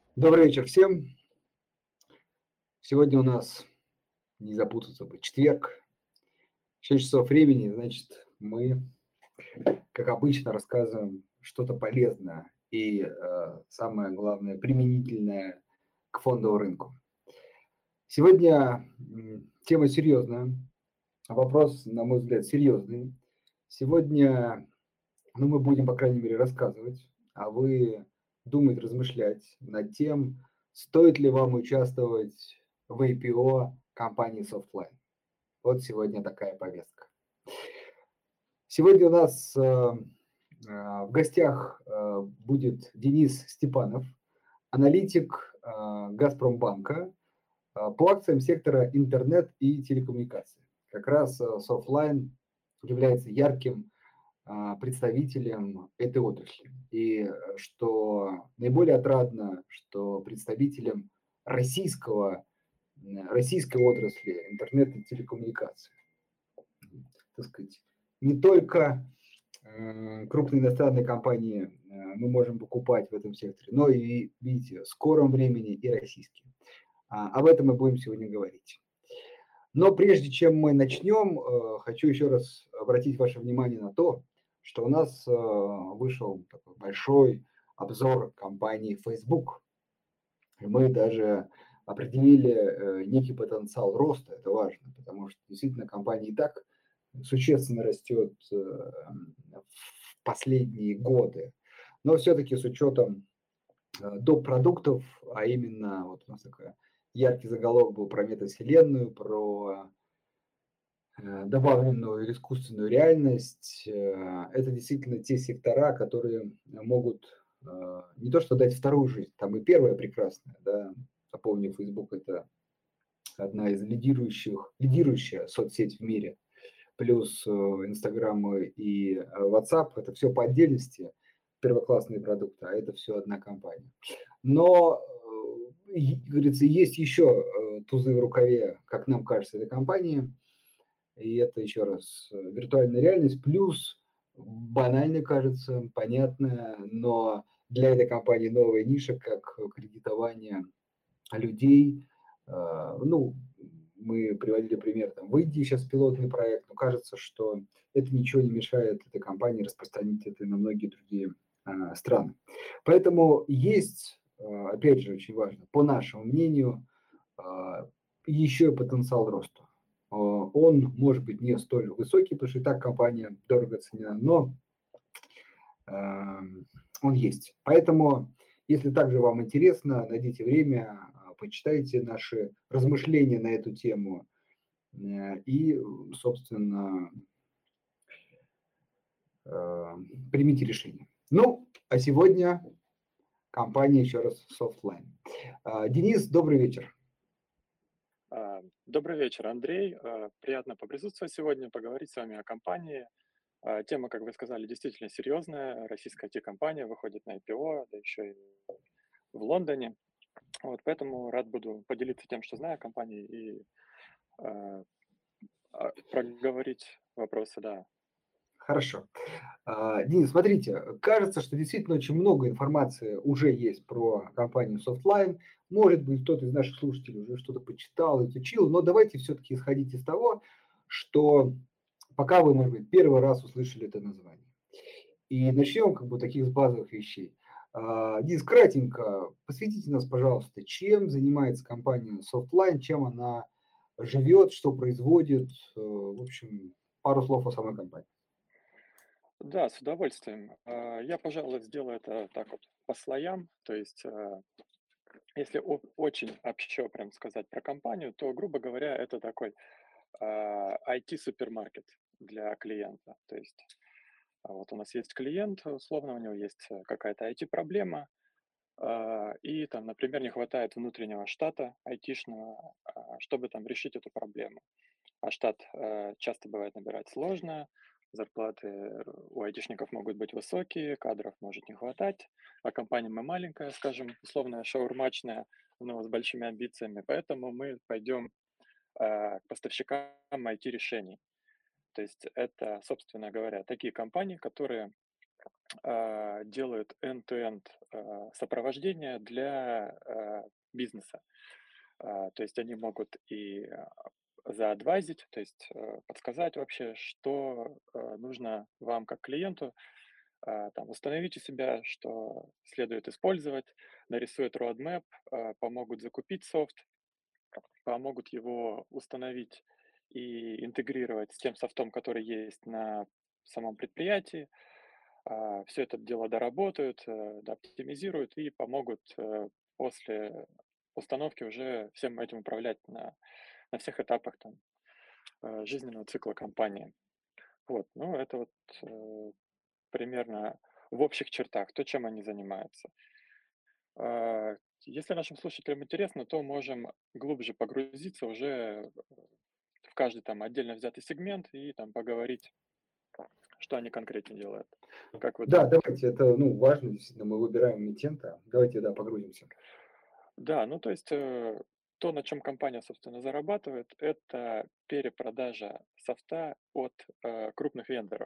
Добрый вечер всем. Сегодня у нас, не запутаться бы, четверг, 6 часов времени, значит, мы, как обычно, рассказываем что-то полезное и, самое главное, применительное к фондовому рынку. Сегодня тема серьезная, вопрос, на мой взгляд, серьезный. Сегодня, ну, мы будем, по крайней мере, рассказывать, а вы думать, размышлять над тем, стоит ли вам участвовать в IPO компании Softline. Вот сегодня такая повестка. Сегодня у нас в гостях будет Денис Степанов, аналитик Газпромбанка по акциям сектора интернет и телекоммуникации. Как раз Softline является ярким представителем этой отрасли. И что наиболее отрадно, что представителем российской отрасли интернет и телекоммуникации. Так сказать, не только крупные иностранные компании мы можем покупать в этом секторе, но и, видите, в скором времени и российские. Об этом мы будем сегодня говорить. Но прежде чем мы начнем, хочу еще раз обратить ваше внимание на то, что у нас вышел такой большой обзор компании Facebook. И мы даже определили некий потенциал роста. Это важно, потому что действительно компания и так существенно растет в последние годы. Но все-таки с учетом доп. Продуктов, а именно вот у нас такой яркий заголовок был про метавселенную, про добавленную или искусственную реальность. Это действительно те сектора, которые могут не то что дать вторую жизнь, там и первая прекрасная, да, напомню, Facebook это одна из лидирующая соцсеть в мире, плюс Инстаграм и WhatsApp, это все по отдельности первоклассные продукты, а это все одна компания. Но, говорится, есть еще тузы в рукаве, как нам кажется, этой компании, и это еще раз виртуальная реальность, плюс банально кажется, понятная, но для этой компании новая ниша, как кредитование людей. Ну, мы приводили пример, там, в Индии сейчас пилотный проект, но кажется, что это ничего не мешает этой компании распространить это на многие другие страны. Поэтому есть, опять же, очень важно, по нашему мнению, еще и потенциал роста. Он может быть не столь высокий, потому что и так компания дорого оценена, но он есть. Поэтому, если также вам интересно, найдите время, почитайте наши размышления на эту тему и, собственно, примите решение. Ну, а сегодня компания, еще раз, Softline. Денис, добрый вечер. Добрый вечер, Андрей. Приятно поприсутствовать сегодня, поговорить с вами о компании. Тема, как вы сказали, действительно серьезная. Российская IT-компания выходит на IPO, да еще и в Лондоне. Вот, поэтому рад буду поделиться тем, что знаю о компании, и а, проговорить вопросы, да. Хорошо. Денис, смотрите, кажется, что действительно очень много информации уже есть про компанию Softline. Может быть, кто-то из наших слушателей уже что-то почитал, изучил, но давайте все-таки исходить из того, что пока вы, может быть, первый раз услышали это название. И начнем как бы таких с базовых вещей. Денис, кратенько посвятите нас, пожалуйста, чем занимается компания Softline, чем она живет, что производит, в общем, пару слов о самой компании. Да, с удовольствием. Я, пожалуй, сделаю это так вот по слоям. То есть, если очень общо прям сказать про компанию, то, грубо говоря, это такой IT-супермаркет для клиента. То есть вот у нас есть клиент, условно, у него есть какая-то IT-проблема, и там, например, не хватает внутреннего штата айтишного, чтобы там решить эту проблему. А штат часто бывает набирать сложно, зарплаты у айтишников могут быть высокие, кадров может не хватать, а компания мы маленькая, скажем, условная шаурмачная, но с большими амбициями, поэтому мы пойдем к поставщикам IT-решений. То есть это, собственно говоря, такие компании, которые делают end-to-end сопровождение для бизнеса. То есть они могут и заадвайзить, то есть подсказать вообще, что нужно вам как клиенту, там, установить у себя, что следует использовать, нарисуют roadmap, помогут закупить софт, помогут его установить и интегрировать с тем софтом, который есть на самом предприятии. Все это дело доработают, дооптимизируют и помогут после установки уже всем этим управлять на всех этапах там, жизненного цикла компании. Вот, ну, это вот примерно в общих чертах то, чем они занимаются. А, Если нашим слушателям интересно, то можем глубже погрузиться уже в каждый там отдельно взятый сегмент и там поговорить, что они конкретно делают. Как вы Да, думаете? давайте, это, ну, важно, действительно, мы выбираем эмитента. Давайте, да, погрузимся. Да, ну то есть то, на чем компания, собственно, зарабатывает, это перепродажа софта от крупных вендоров.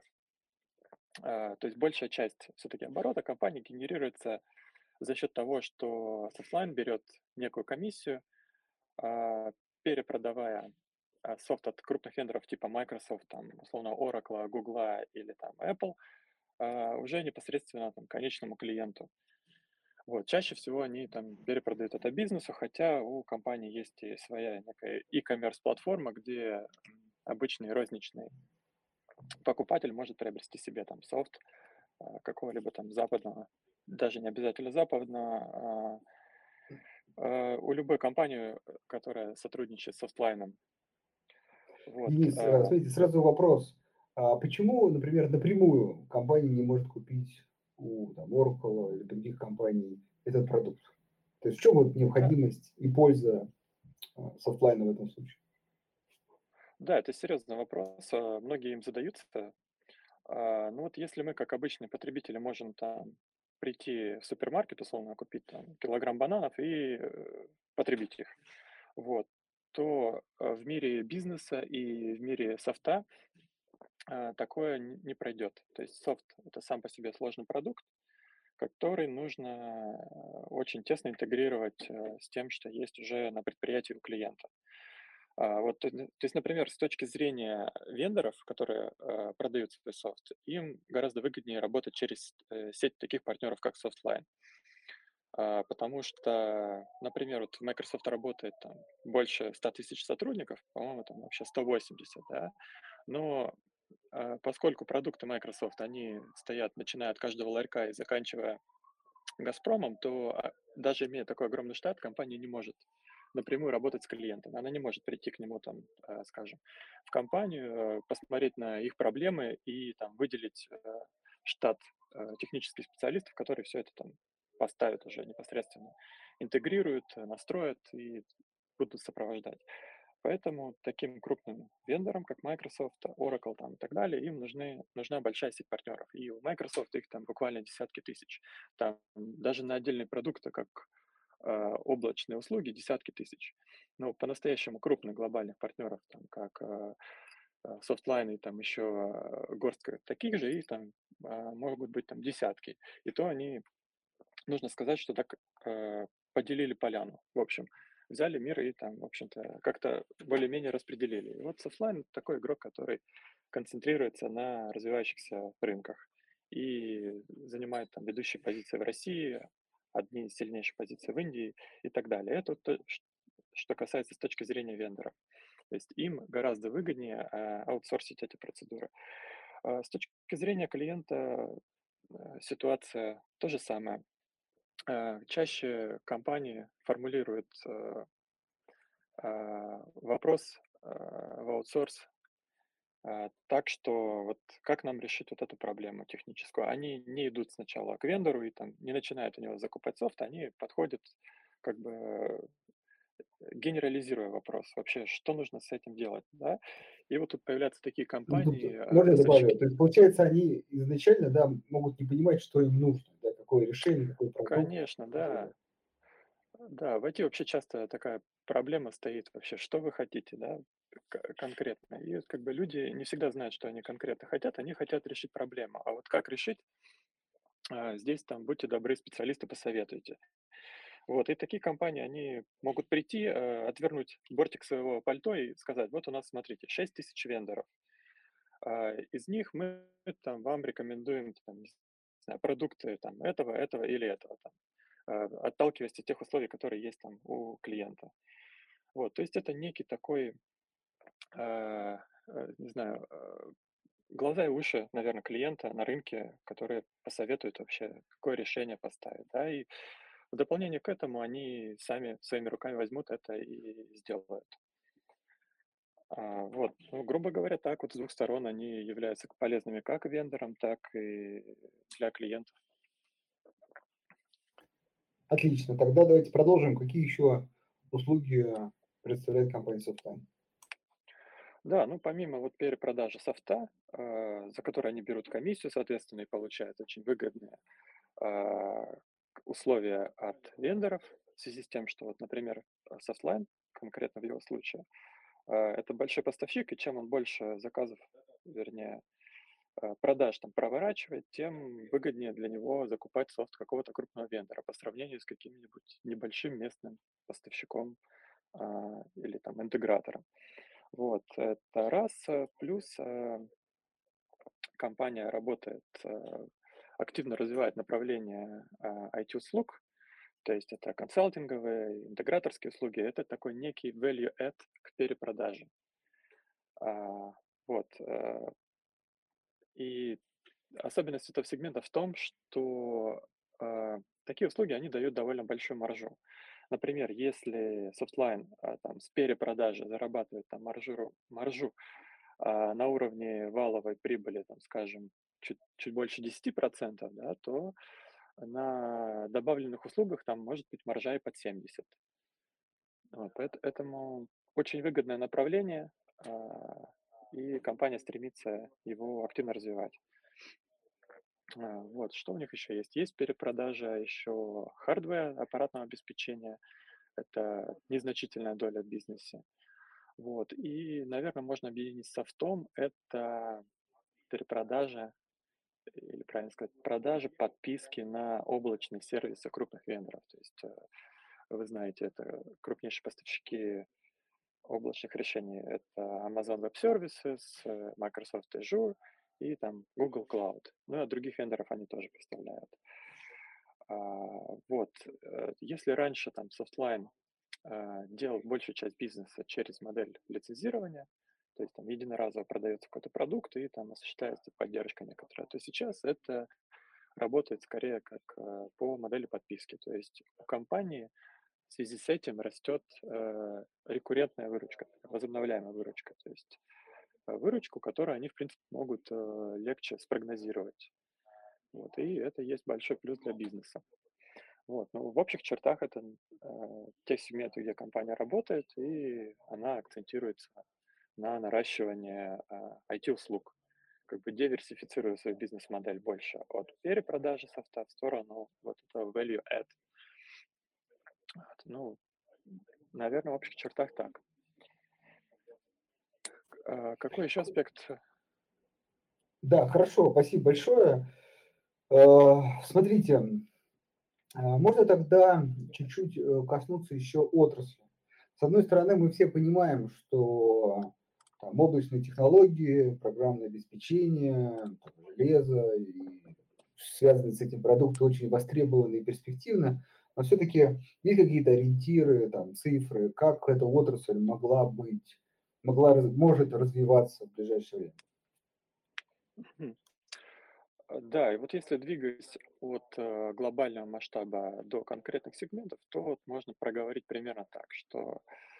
То есть большая часть все-таки оборота компании генерируется за счет того, что софтлайн берет некую комиссию, а, перепродавая софт от крупных вендоров типа Microsoft, там, условно, Oracle, Google или там Apple, уже непосредственно там, конечному клиенту. Вот, чаще всего они там перепродают это бизнесу, хотя у компании есть и своя некая e-commerce платформа, где обычный розничный покупатель может приобрести себе там софт какого-либо там западного, даже не обязательно западного, у любой компании, которая сотрудничает с софтлайном. Вот. Денис, смотрите, сразу вопрос. А почему, например, напрямую компания не может купить у там, Oracle или других компаний этот продукт? То есть в чем вот Да, необходимость и польза софтлайна в этом случае? да, это серьезный вопрос. Многие им задаются. Ну вот если мы, как обычные потребители, можем там прийти в супермаркет, условно, купить там килограмм бананов и потребить их, вот, то в мире бизнеса и в мире софта такое не пройдет. То есть софт — это сам по себе сложный продукт, который нужно очень тесно интегрировать с тем, что есть уже на предприятии у клиента. Вот, то есть, например, с точки зрения вендоров, которые продают свой софт, им гораздо выгоднее работать через сеть таких партнеров, как Softline. Потому что, например, вот в Microsoft работает там больше 100 тысяч сотрудников, по-моему, там вообще 180, да, но поскольку продукты Microsoft, они стоят, начиная от каждого ларька и заканчивая Газпромом, то даже имея такой огромный штат, компания не может напрямую работать с клиентом. Она не может прийти к нему, там, скажем, в компанию, посмотреть на их проблемы и там выделить штат технических специалистов, которые все это там поставят уже непосредственно, интегрируют, настроят и будут сопровождать. Поэтому таким крупным вендорам, как Microsoft, Oracle там, и так далее, им нужна большая сеть партнеров. И у Microsoft их там буквально десятки тысяч. Там даже на отдельные продукты, как облачные услуги, десятки тысяч. Но по-настоящему крупных глобальных партнеров, там, как Softline и там еще горстка таких же, их там могут быть там десятки. И то они, нужно сказать, что так поделили поляну. В общем, взяли мир и там, в общем-то, как-то более-менее распределили. И вот Softline такой игрок, который концентрируется на развивающихся рынках и занимает там ведущие позиции в России, одни из сильнейших позиций в Индии и так далее. Это то, что касается с точки зрения вендора. То есть им гораздо выгоднее аутсорсить эти процедуры. С точки зрения клиента ситуация то же самое. Чаще компании формулируют вопрос в аутсорс так, что вот как нам решить вот эту проблему техническую. Они не идут сначала к вендору и там не начинают у него закупать софт, они подходят как бы генерализируя вопрос вообще, что нужно с этим делать, да. И вот тут появляются такие Ну, тут компании, можно я добавлю? поставщики. То есть, получается, они изначально, да, могут не понимать, что им нужно, да, какое решение, какой продукт Конечно, да. делать. Да, в IT вообще часто такая проблема стоит вообще, что вы хотите, да, конкретно. И вот как бы люди не всегда знают, что они конкретно хотят, они хотят решить проблему. А вот как решить, здесь там, будьте добры, специалисты, посоветуйте. Вот, и такие компании, они могут прийти, отвернуть бортик своего пальто и сказать: вот у нас, смотрите, 6000 вендоров. Из них мы там вам рекомендуем там, не знаю, продукты там этого или этого там, отталкиваясь от тех условий, которые есть там у клиента. Вот, то есть это некий такой, не знаю, глаза и уши, наверное, клиента на рынке, которые посоветуют вообще, какое решение поставить, да. И в дополнение к этому они сами своими руками возьмут это и сделают. Вот, ну, грубо говоря, так вот с двух сторон они являются полезными как вендорам, так и для клиентов. Отлично. Тогда давайте продолжим. Какие еще услуги представляет компания Softline? Да, ну помимо вот перепродажи софта, за который они берут комиссию, соответственно, и получают очень выгодные а, условия от вендоров в связи с тем, что вот, например, Softline, конкретно в его случае, это большой поставщик, и чем он больше заказов, вернее, продаж там проворачивает, тем выгоднее для него закупать софт какого-то крупного вендора по сравнению с каким-нибудь небольшим местным поставщиком или там интегратором. Вот, это раз. Плюс компания работает, активно развивает направление IT-услуг, то есть это консалтинговые, интеграторские услуги, это такой некий value add к перепродаже. А, Вот, и особенность этого сегмента в том, что такие услуги, они дают довольно большую маржу. Например, если Softline там, с перепродажи зарабатывает там, маржу на уровне валовой прибыли, там, скажем, чуть больше 10%, да, то на добавленных услугах там может быть маржа и под 70%. Вот, поэтому очень выгодное направление, и компания стремится его активно развивать. Вот, что у них еще есть? Есть перепродажа еще хардвера, аппаратного обеспечения. Это незначительная доля в бизнесе. Вот, и, наверное, можно объединить с софтом. Это перепродажа, или правильно сказать, продажа подписки на облачные сервисы крупных вендоров. То есть, вы знаете, это крупнейшие поставщики облачных решений. Это Amazon Web Services, Microsoft Azure и там Google Cloud. Ну, и от других вендоров они тоже поставляют. Вот, если раньше там Softline делал большую часть бизнеса через модель лицензирования, то есть там единоразово продается какой-то продукт и там осуществляется поддержка некоторая, то сейчас это работает скорее как по модели подписки. То есть у компании в связи с этим растет рекуррентная выручка, возобновляемая выручка. То есть выручку, которую они, в принципе, могут легче спрогнозировать. Вот, и это есть большой плюс для бизнеса. Вот, ну, в общих чертах это те сегменты, где компания работает, и она акцентируется на наращивание IT-услуг, как бы диверсифицируя свою бизнес-модель больше от перепродажи софта в сторону вот этого value add. Вот, ну, наверное, в общих чертах так. Какой еще аспект? Да, хорошо, спасибо большое. Смотрите, можно тогда чуть-чуть коснуться еще отрасли. С одной стороны, мы все понимаем, что там, облачные технологии, программное обеспечение, там, железо и связанные с этим продукты очень востребованы и перспективны, но все-таки есть какие-то ориентиры, там, цифры, как эта отрасль могла быть, может развиваться в ближайшее время. Мгм. Да, и вот если двигаясь от глобального масштаба до конкретных сегментов, то вот можно проговорить примерно так, что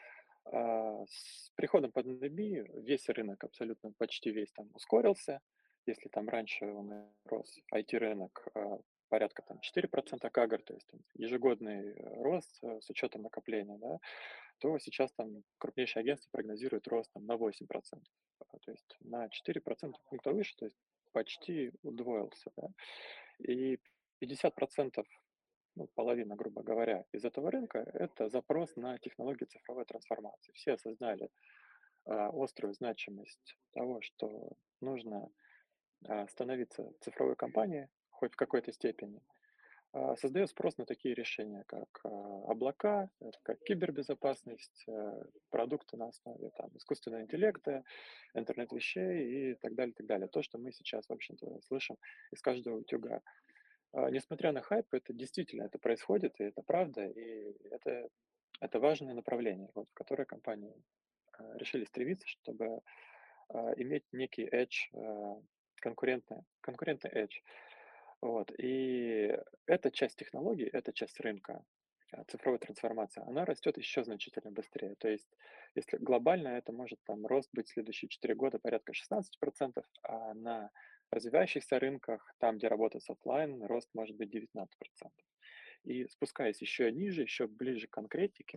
с приходом пандемии весь рынок, абсолютно почти весь там ускорился. Если там раньше он рос, IT-рынок, порядка там 4% КАГР, то есть там ежегодный рост с учетом накопления, да, то сейчас там крупнейшие агентства прогнозируют рост там на 8%, то есть на 4% пункта выше, то есть почти удвоился, да. И 50%, ну, половина, грубо говоря, из этого рынка — это запрос на технологии цифровой трансформации. Все осознали острую значимость того, что нужно становиться цифровой компанией, хоть в какой-то степени, создает спрос на такие решения, как облака, это как кибербезопасность, продукты на основе там, искусственного интеллекта, интернет вещей и так далее, так далее. То, что мы сейчас, в общем-то, слышим из каждого утюга. Несмотря на хайп, это действительно это происходит, и это правда, и это важное направление, вот, в которое компании решили стремиться, чтобы иметь некий edge, конкурентный edge. Вот. И эта часть технологий, эта часть рынка, цифровой трансформации, она растет еще значительно быстрее. То есть, если глобально это может там рост быть в следующие 4 года порядка 16%, а на развивающихся рынках, там, где работает оффлайн, рост может быть 19%. И спускаясь еще ниже, еще ближе к конкретике,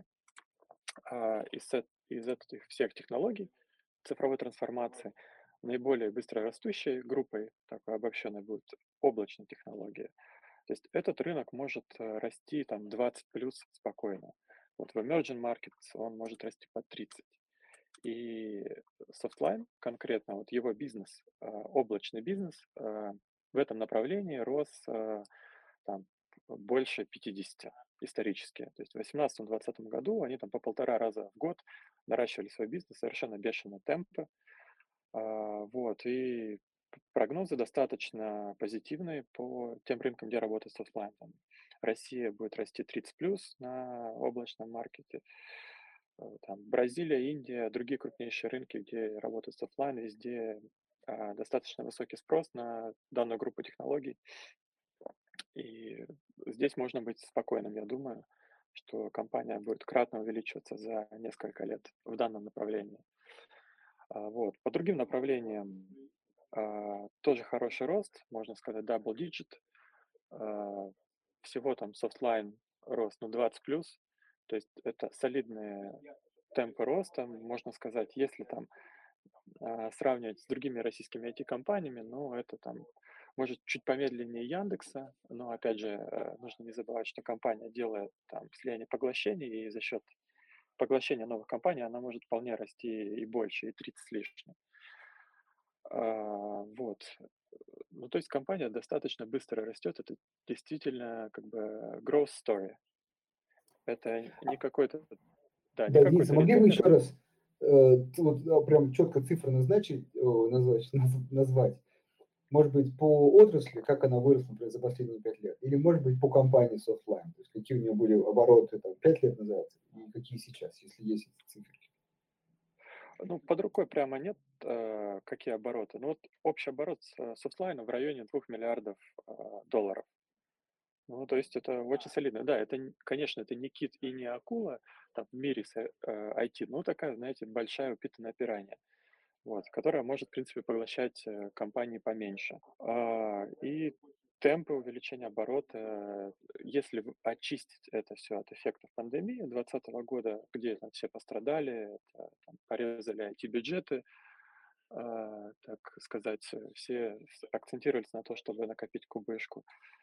из этих всех технологий цифровой трансформации наиболее быстро растущей группой, такой обобщенной, будет облачные технологии. То есть этот рынок может расти там 20 плюс спокойно. Вот в emerging markets он может расти по 30. И Softline, конкретно вот его бизнес, облачный бизнес, в этом направлении рос там больше 50 исторически. То есть в 2018-2020 году они там по 1,5 раза в год наращивали свой бизнес, совершенно бешеные темпы. Вот, и прогнозы достаточно позитивные по тем рынкам, где работает софтлайн. Там Россия будет расти 30 плюс на облачном маркете. Там Бразилия, Индия, другие крупнейшие рынки, где работает софтлайн, везде достаточно высокий спрос на данную группу технологий. И здесь можно быть спокойным, я думаю, что компания будет кратно увеличиваться за несколько лет в данном направлении. Вот. По другим направлениям тоже хороший рост, можно сказать, double digit. А, Всего там софтлайн рост, ну, 20 плюс. То есть это солидные темпы роста, можно сказать, если там сравнивать с другими российскими IT-компаниями, ну, это там, может, чуть помедленнее Яндекса, но, опять же, нужно не забывать, что компания делает там слияние поглощений, и за счет поглощения новых компаний она может вполне расти и больше, и 30 с лишним. Вот. Ну, то есть компания достаточно быстро растет. Это действительно как бы growth story. Это не какой-то, да, не Да, Денис, а какой-то могли бы ритейлер. еще раз прям четко цифры назвать? Может быть, по отрасли, как она выросла, например, за последние 5 лет? Или, может быть, по компании Softline? То есть какие у нее были обороты там, 5 лет назад и какие сейчас, если есть эти цифры? Ну, под рукой прямо нет, какие обороты. Ну, вот общий оборот софтлайна в районе 2 миллиардов долларов. Ну, то есть это очень солидно. Да, это, конечно, это не кит и не акула там, в мире IT, но такая, знаете, большая упитанная пиранья, вот, которая может, в принципе, поглощать компании поменьше. И темпы увеличения оборота, если очистить это все от эффектов пандемии 2020 года, где там все пострадали, это, там, порезали IT-бюджеты, так сказать, все акцентировались на то, чтобы накопить кубышку,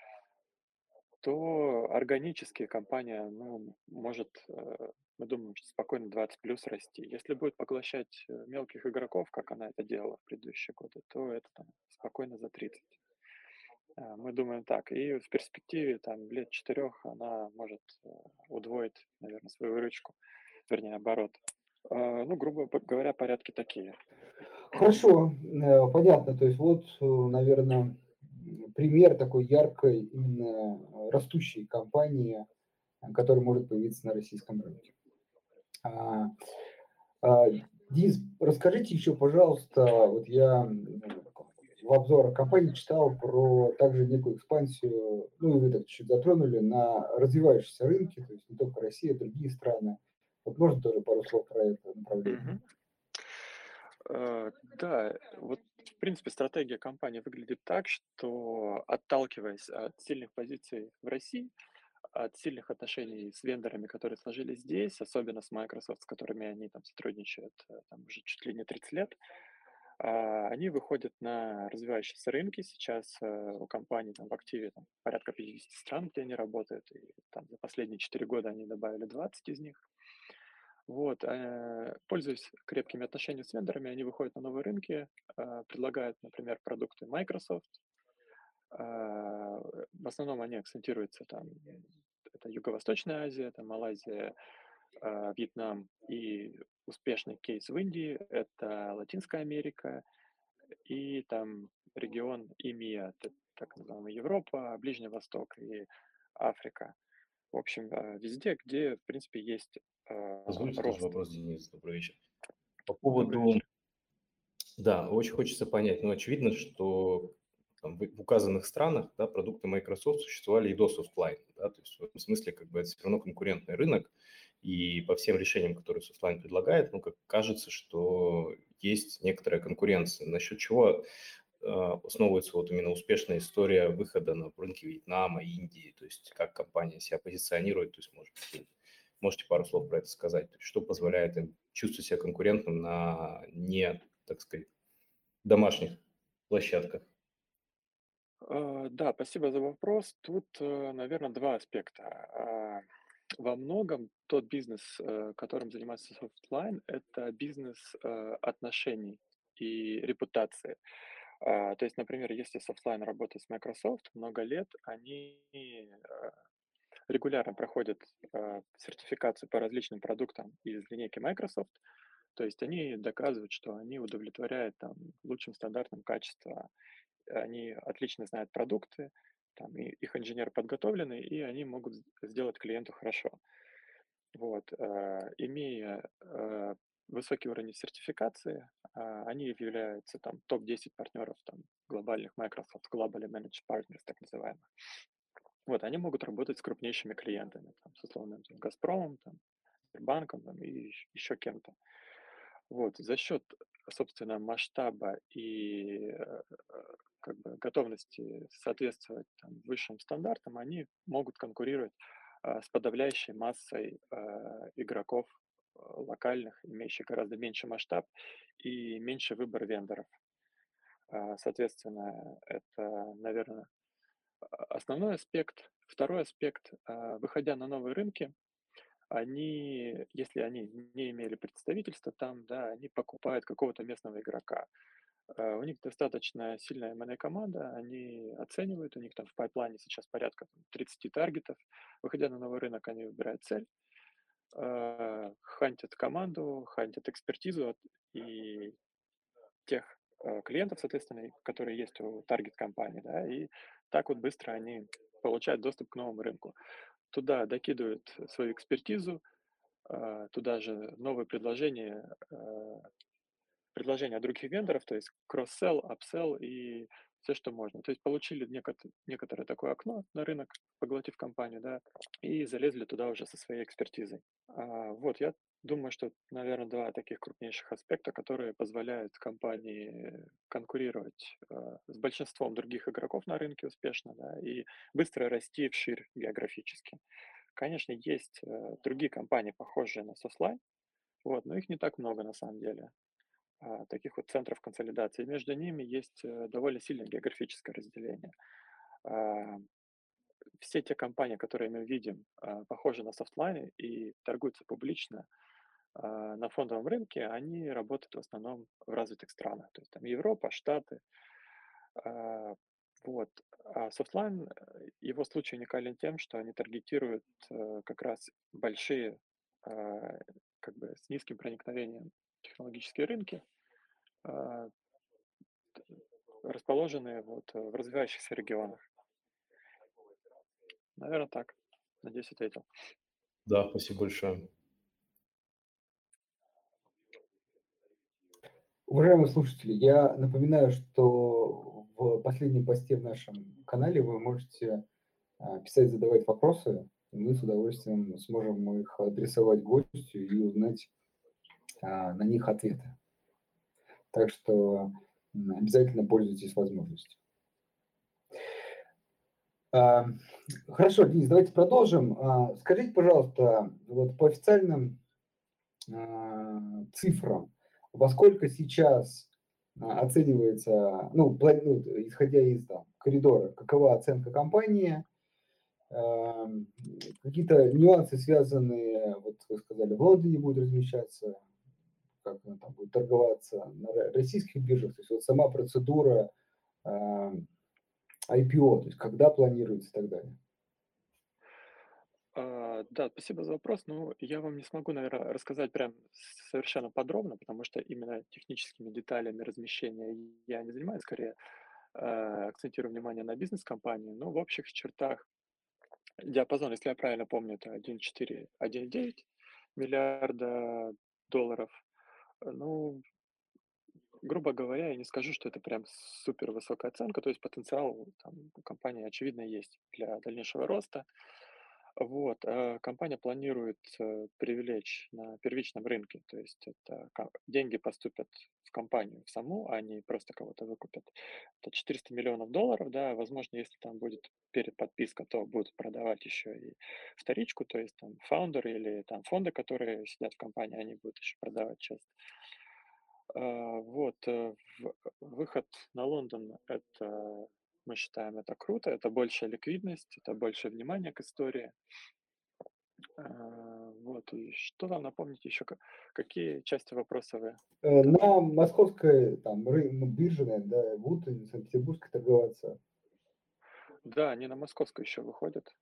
то органически компания, ну, может, мы думаем, что спокойно 20 плюс расти. Если будет поглощать мелких игроков, как она это делала в предыдущие годы, то это там спокойно за 30. Мы думаем так. И в перспективе там лет 4 она может удвоить, наверное, свою выручку, вернее, оборот. Ну, грубо говоря, порядки такие. Хорошо, понятно. То есть вот, наверное, пример такой яркой, именно растущей компании, которая может появиться на российском рынке. А, а, Денис, расскажите еще, пожалуйста, вот я в обзорах компании читал про также некую экспансию, ну, и вы так чуть затронули, на развивающиеся рынки, то есть не только Россия, другие страны. Вот можно тоже пару слов про это направление? Мгм. Да, вот в принципе стратегия компании выглядит так, что отталкиваясь от сильных позиций в России, от сильных отношений с вендорами, которые сложились здесь, особенно с Microsoft, с которыми они там сотрудничают там, уже чуть ли не 30 лет, они выходят на развивающиеся рынки. Сейчас у компании там, в активе там, порядка 50 стран, где они работают, и там, за последние 4 года они добавили 20 из них. Вот, пользуясь крепкими отношениями с вендорами, они выходят на новые рынки, предлагают, например, продукты Microsoft, В основном они акцентируются там, это Юго-Восточная Азия, там Малайзия, Вьетнам и успешный кейс в Индии, это Латинская Америка и там регион ИМИА, так называемая Европа, Ближний Восток и Африка. В общем, везде, где, в принципе, есть Позвольте тоже рост. вопрос, Денис, добрый вечер. По Добрый поводу, вечер. да, очень хочется понять, ну, очевидно, что там, в указанных странах, да, продукты Microsoft существовали и до Softline, да, то есть в этом смысле как бы это все равно конкурентный рынок, и по всем решениям, которые Softline предлагает, ну, как кажется, что есть некоторая конкуренция, насчет чего основывается вот именно успешная история выхода на рынки Вьетнама, Индии, то есть как компания себя позиционирует, то есть, может быть, можете пару слов про это сказать, то есть, что позволяет им чувствовать себя конкурентным на не, так сказать, домашних площадках? Да, спасибо за вопрос. Тут, наверное, два аспекта. Во многом тот бизнес, которым занимается Softline, это бизнес отношений и репутации. То есть, например, если Softline работает с Microsoft много лет, они регулярно проходят сертификацию по различным продуктам из линейки Microsoft. То есть они доказывают, что они удовлетворяют там, лучшим стандартам качества, они отлично знают продукты, там, и их инженеры подготовлены, и они могут сделать клиенту хорошо. Вот, имея высокий уровень сертификации, они являются там топ-10 партнеров там, глобальных Microsoft Globally Managed Partners, так называемых. Вот, они могут работать с крупнейшими клиентами, там, с условным там, Газпромом, там, Сбербанком там, и еще кем-то. Вот, за счет, собственно, масштаба и как бы готовности соответствовать там, высшим стандартам, они могут конкурировать с подавляющей массой игроков локальных, имеющих гораздо меньше масштаб и меньше выбор вендоров. Соответственно, это, наверное, основной аспект. Второй аспект, выходя на новые рынки, они, если они не имели представительства там, да, они покупают какого-то местного игрока. У них достаточно сильная M&A команда, они оценивают, у них там в пайплайне сейчас порядка 30 таргетов. Выходя на новый рынок, они выбирают цель, хантят команду, хантят экспертизу и тех клиентов, соответственно, которые есть у таргет-компании, да, и так вот быстро они получают доступ к новому рынку. Туда докидывают свою экспертизу, туда же новые предложения от других вендоров, то есть кросс-селл, апселл и все, что можно. То есть получили некоторое такое окно на рынок, поглотив компанию, да, и залезли туда уже со своей экспертизой. Вот, я думаю, что, наверное, два таких крупнейших аспекта, которые позволяют компании конкурировать с большинством других игроков на рынке успешно, да, и быстро расти вширь географически. Конечно, есть другие компании, похожие на Softline, вот, но их не так много на самом деле, таких вот центров консолидации. Между ними есть довольно сильное географическое разделение. А, Все те компании, которые мы видим, похожи на софтлайны и торгуются публично на фондовом рынке, они работают в основном в развитых странах, то есть там Европа, Штаты. А, Вот. А софтлайн, его случай уникален тем, что они таргетируют как раз большие, а, как бы с низким проникновением технологические рынки, а, расположенные вот в развивающихся регионах. Наверное, так. Надеюсь, ответил. Да, спасибо большое. Уважаемые слушатели, я напоминаю, что в последнем посте в нашем канале вы можете писать, задавать вопросы, и мы с удовольствием сможем их адресовать гостю и узнать на них ответы. Так что обязательно пользуйтесь возможностью. Хорошо, Денис, давайте продолжим. Скажите, пожалуйста, вот по официальным цифрам, во сколько сейчас оценивается, ну, исходя из коридора, какова оценка компании, какие-то нюансы, связанные, вот вы сказали, в Лондоне будет размещаться, как она там будет торговаться на российских биржах, то есть вот сама процедура IPO, то есть когда планируется и так далее? Да, спасибо за вопрос. Ну, я вам не смогу, наверное, рассказать прям совершенно подробно, потому что именно техническими деталями размещения я не занимаюсь, скорее акцентирую внимание на бизнес-компании. Но в общих чертах диапазон, если я правильно помню, это 1,4–1,9 миллиарда долларов. Ну, грубо говоря, я не скажу, что это прям супер высокая оценка, то есть потенциал там у компании, очевидно, есть для дальнейшего роста. Вот, компания планирует привлечь на первичном рынке, то есть это деньги поступят в компанию в саму, а не просто кого-то выкупят. Это 400 миллионов долларов, да, возможно, если там будет переподписка, то будут продавать еще и вторичку, то есть там фаундеры или там фонды, которые сидят в компании, они будут еще продавать часть. Вот, выход на Лондон — это, мы считаем, это круто, это большая ликвидность, это больше внимания к истории. Вот, и что там напомнить еще, какие части вопроса вы там? На московской там бирже, наверно, да, будут и Санкт-Петербургской торговаться? Да, они на московскую еще выходят.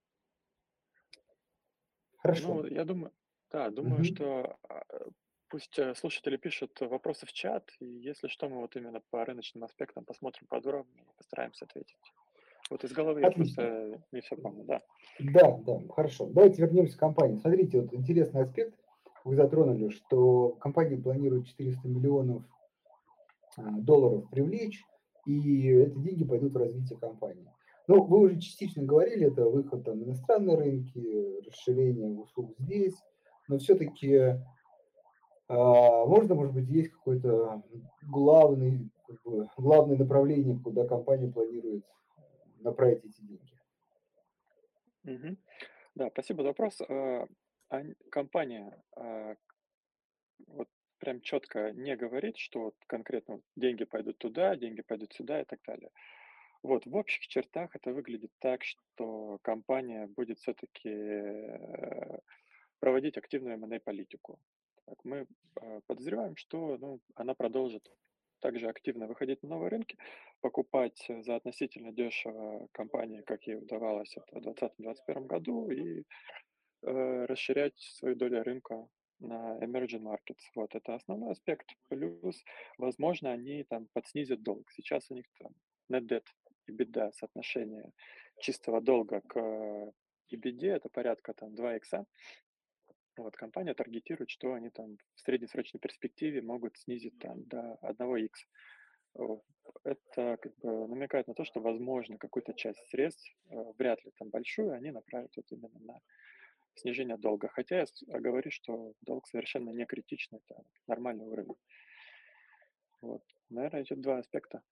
Хорошо. Ну, я думаю, да, думаю, Мгм. что пусть слушатели пишут вопросы в чат, и если что, мы вот именно по рыночным аспектам посмотрим подробнее и постараемся ответить. Вот из головы я Отлично. просто не все помню, да. Да, да, хорошо. Давайте вернемся к компании. Смотрите, вот интересный аспект вы затронули, что компания планирует 400 миллионов долларов привлечь, и эти деньги пойдут в развитие компании. Ну, вы уже частично говорили, это выход там, на иностранные рынки, расширение услуг здесь, но все-таки можно, может быть, есть какой-то главный, как бы, главное направление, куда компания планирует направить эти деньги? Мгм. Да, спасибо за вопрос. Компания вот прям четко не говорит, что вот конкретно вот деньги пойдут туда, деньги пойдут сюда и так далее. Вот в общих чертах это выглядит так, что компания будет все-таки проводить активную M&A-политику. Так, мы подозреваем, что ну, она продолжит также активно выходить на новые рынки, покупать за относительно дешево компании, как ей удавалось это в 2020-2021 году, и расширять свою долю рынка на emerging markets. Вот это основной аспект. Плюс, возможно, они там подснизят долг. Сейчас у них там net debt и EBITDA соотношение чистого долга к EBITDA это порядка там 2 икса. Вот компания таргетирует, что они там в среднесрочной перспективе могут снизить там до 1 х. Вот. Это как бы намекает на то, что, возможно, какую-то часть средств, вряд ли там большую, они направят вот именно на снижение долга. Хотя я говорю, что долг совершенно не критичный, это нормальный уровень. Вот. Наверное, эти два аспекта.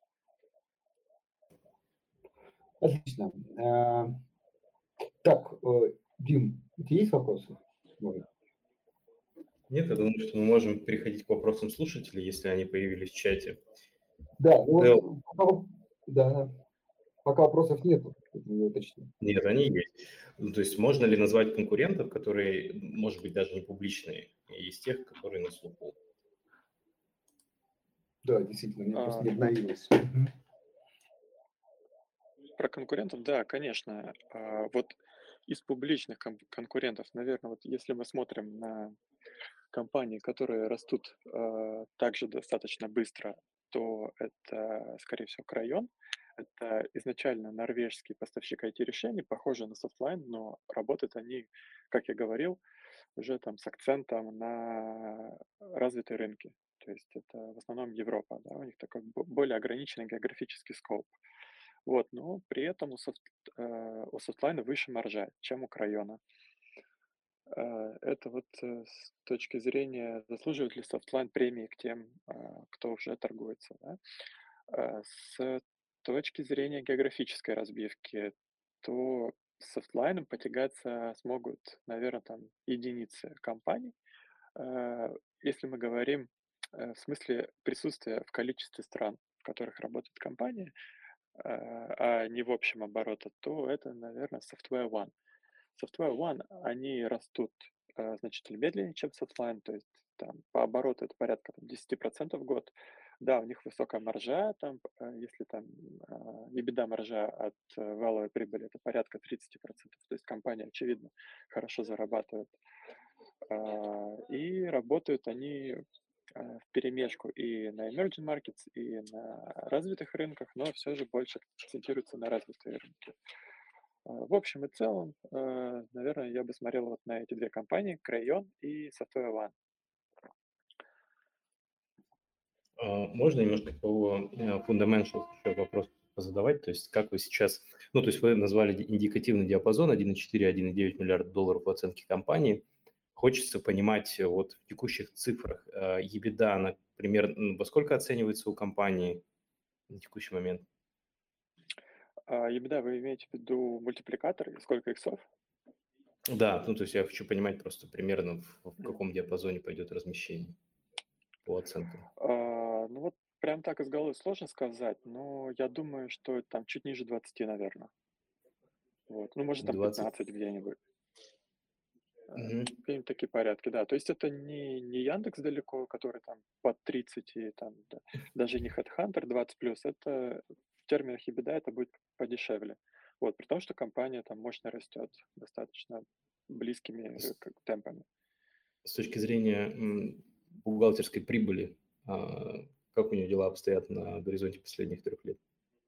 Отлично. Так, Дим, у тебя есть вопросы? Может? Нет, я думаю, что мы можем переходить к вопросам слушателей, если они появились в чате. Да, ну Дэл, вот да, пока вопросов нету, я уточню. нет, они есть. Ну, то есть можно ли назвать конкурентов, которые, может быть, даже не публичные, из тех, которые на слуху? Да, действительно, мне просто А, не обновилось. Мгм. Про конкурентов, да, конечно. Вот из публичных конкурентов, наверное, вот если мы смотрим на компании, которые растут также достаточно быстро, то это, скорее всего, Крайон. Это изначально норвежский поставщик IT-решений, похожий на Softline, но работают они, как я говорил, уже там с акцентом на развитые рынки. То есть это в основном Европа, да, у них такой более ограниченный географический скоп. Вот, но при этом у Softline выше маржа, чем у Крайона. Это вот с точки зрения, заслуживает ли софтлайн премии к тем, кто уже торгуется, да. С точки зрения географической разбивки, то с софтлайном потягаться смогут, наверное, там единицы компаний. Если мы говорим в смысле присутствия в количестве стран, в которых работает компания, а не в общем оборота, то это, наверное, Software One. Software One, они растут значительно медленнее, чем Softline, то есть там по обороту это порядка там, 10% в год, Да, у них высокая маржа, там, если там EBITDA маржа от валовой прибыли, это порядка 30%, то есть компания, очевидно, хорошо зарабатывает. И работают они вперемешку и на emerging markets, и на развитых рынках, но все же больше акцентируются на развитые рынки. В общем и целом, наверное, я бы смотрел вот на эти две компании, Crayon и Software One. Можно немножко по fundamental еще вопрос позадавать? То есть как вы сейчас... Ну, то есть вы назвали индикативный диапазон 1,4-1,9 миллиарда долларов в оценке компании. Хочется понимать вот в текущих цифрах EBITDA, она примерно во сколько оценивается у компании на текущий момент? EBITDA вы имеете в виду мультипликатор и сколько иксов? Да, ну то есть я хочу понимать просто примерно в каком диапазоне пойдет размещение по оценкам. Ну вот прям так из головы сложно сказать, но я думаю, что это там чуть ниже 20, наверное. Вот. Ну, может, там 20. 15 где-нибудь. Мгм. Какие-нибудь такие порядки, да. То есть это не Яндекс далеко, который там под 30 и там даже не HeadHunter 20+, это в терминах EBITDA это будет подешевле. Вот, при том, что компания там мощно растет достаточно близкими темпами. С точки зрения бухгалтерской прибыли, как у нее дела обстоят на горизонте последних 3 лет?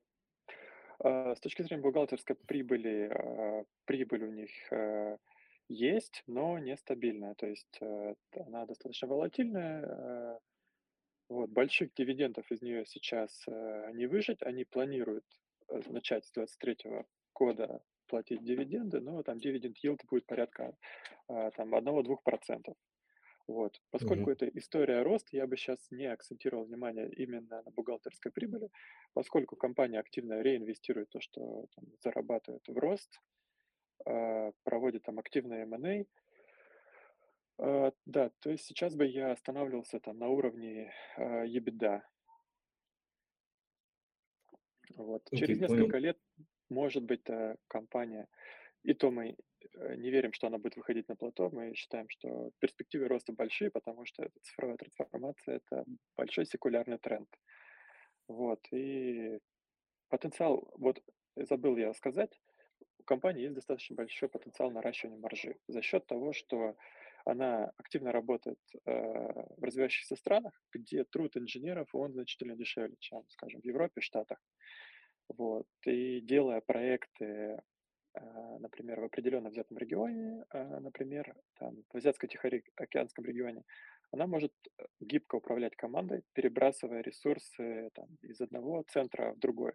С точки зрения бухгалтерской прибыли, прибыль у них есть, но нестабильная. То есть она достаточно волатильная. Вот, больших дивидендов из нее сейчас не выжить. Они планируют начать с 2023 года платить дивиденды, но там дивиденд yield будет порядка там 1-2%. Вот. Поскольку Мгм. это история роста, я бы сейчас не акцентировал внимание именно на бухгалтерской прибыли, поскольку компания активно реинвестирует то, что там зарабатывает в рост, проводит там активный M&A. Да, то есть сейчас бы я останавливался там на уровне EBITDA. Вот. Через Окей, понял. несколько лет, может быть, компания, и то мы не верим, что она будет выходить на плато, мы считаем, что перспективы роста большие, потому что эта цифровая трансформация– это большой секулярный тренд. Вот, и потенциал, вот забыл я сказать, у компании есть достаточно большой потенциал наращивания маржи за счет того, что она активно работает в развивающихся странах, где труд инженеров, он значительно дешевле, чем, скажем, в Европе, Штатах. Вот. И делая проекты, например, в определенно взятом регионе, например, там, в Азиатско-Тихоокеанском регионе, она может гибко управлять командой, перебрасывая ресурсы там, из одного центра в другой.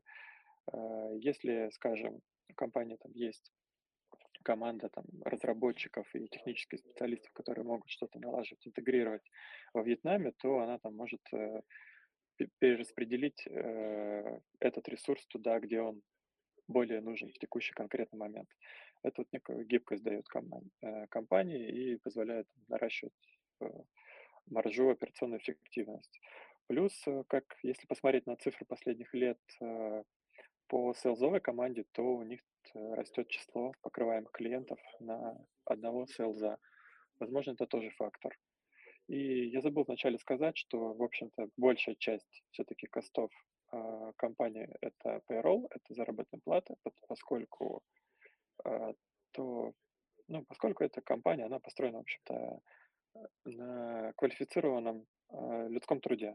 Если, скажем, у компании там есть команда там, разработчиков и технических специалистов, которые могут что-то налаживать, интегрировать во Вьетнаме, то она там может перераспределить этот ресурс туда, где он более нужен в текущий конкретный момент. Это вот некую гибкость дает компании и позволяет наращивать маржу, операционную эффективность. Плюс, как если посмотреть на цифры последних лет по селзовой команде, то у них растет число покрываемых клиентов на одного селза. Возможно, это тоже фактор. И я забыл вначале сказать, что, в общем-то, большая часть все-таки костов компании– это payroll, это заработная плата, поскольку, а, поскольку эта компания, она построена, в общем-то, на квалифицированном людском труде.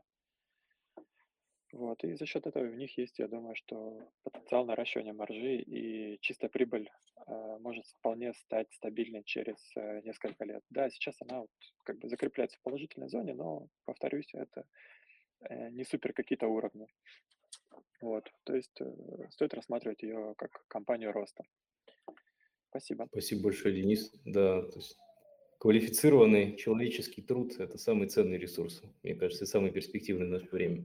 Вот, и за счет этого у них есть, я думаю, что потенциал наращивания маржи и чистая прибыль может вполне стать стабильной через несколько лет. Да, сейчас она вот как бы закрепляется в положительной зоне, но, повторюсь, это не супер какие-то уровни. Вот, то есть стоит рассматривать ее как компанию роста. Спасибо. Спасибо большое, Денис. Да, то есть квалифицированный человеческий труд – это самый ценный ресурс, мне кажется, и самый перспективный в наше время.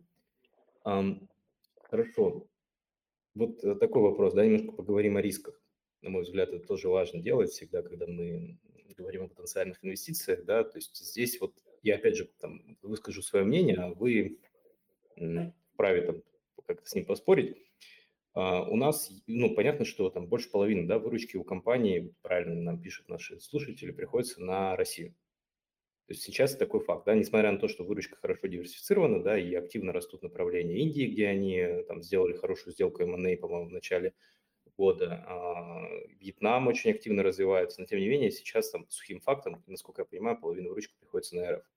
Хорошо. Вот такой вопрос, да, немножко поговорим о рисках. На мой взгляд, это тоже важно делать всегда, когда мы говорим о потенциальных инвестициях, да, то есть здесь вот я опять же там выскажу свое мнение, а вы вправе там как-то с ним поспорить. У нас, ну, понятно, что там больше половины, да, выручки у компании, правильно нам пишут наши слушатели, приходится на Россию. То То есть сейчас такой факт, да, несмотря на то, что выручка хорошо диверсифицирована, да, и активно растут направления Индии, где они там сделали хорошую сделку M&A, по-моему, в начале года. Вьетнам очень активно развивается, но тем не менее сейчас там сухим фактом, насколько я понимаю, половина выручки приходится на РФ.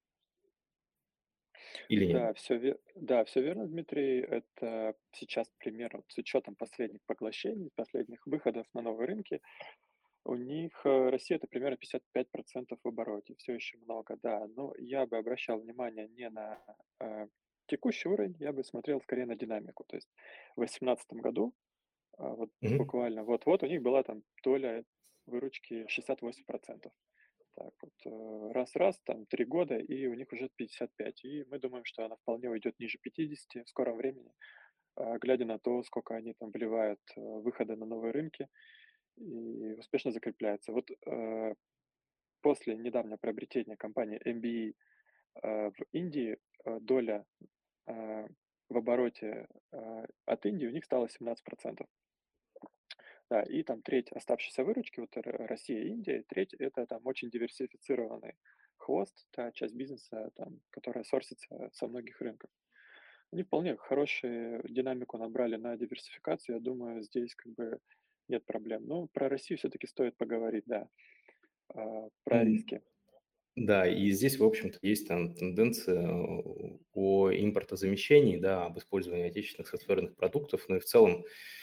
Или нет? Да, все верно, Дмитрий. Это сейчас пример вот с учетом последних поглощений, последних выходов на новые рынки. У них Россия это примерно 55% в обороте. Все еще много, да. Но я бы обращал внимание не на текущий уровень, я бы смотрел скорее на динамику. То есть в 2018 году, вот Мгм. буквально вот-вот у них была там доля выручки 68%. Так вот, раз-раз, там 3 года, и у них уже 55. И мы думаем, что она вполне уйдет ниже 50 в скором времени, глядя на то, сколько они там вливают выхода на новые рынки и успешно закрепляются. Вот после недавнего приобретения компании MBE в Индии доля э, в обороте от Индии у них стала 17%. Да, и там треть оставшейся выручки, вот Россия и Индия, треть это там очень диверсифицированный хвост, та часть бизнеса, там, которая сорсится со многих рынков. Они вполне хорошую динамику набрали на диверсификацию, я думаю, здесь как бы нет проблем. Но про Россию все-таки стоит поговорить, да, про М, риски. Да, и здесь, в общем-то, есть там тенденция о импортозамещении, да, об использовании отечественных софтверных продуктов, ну и в целом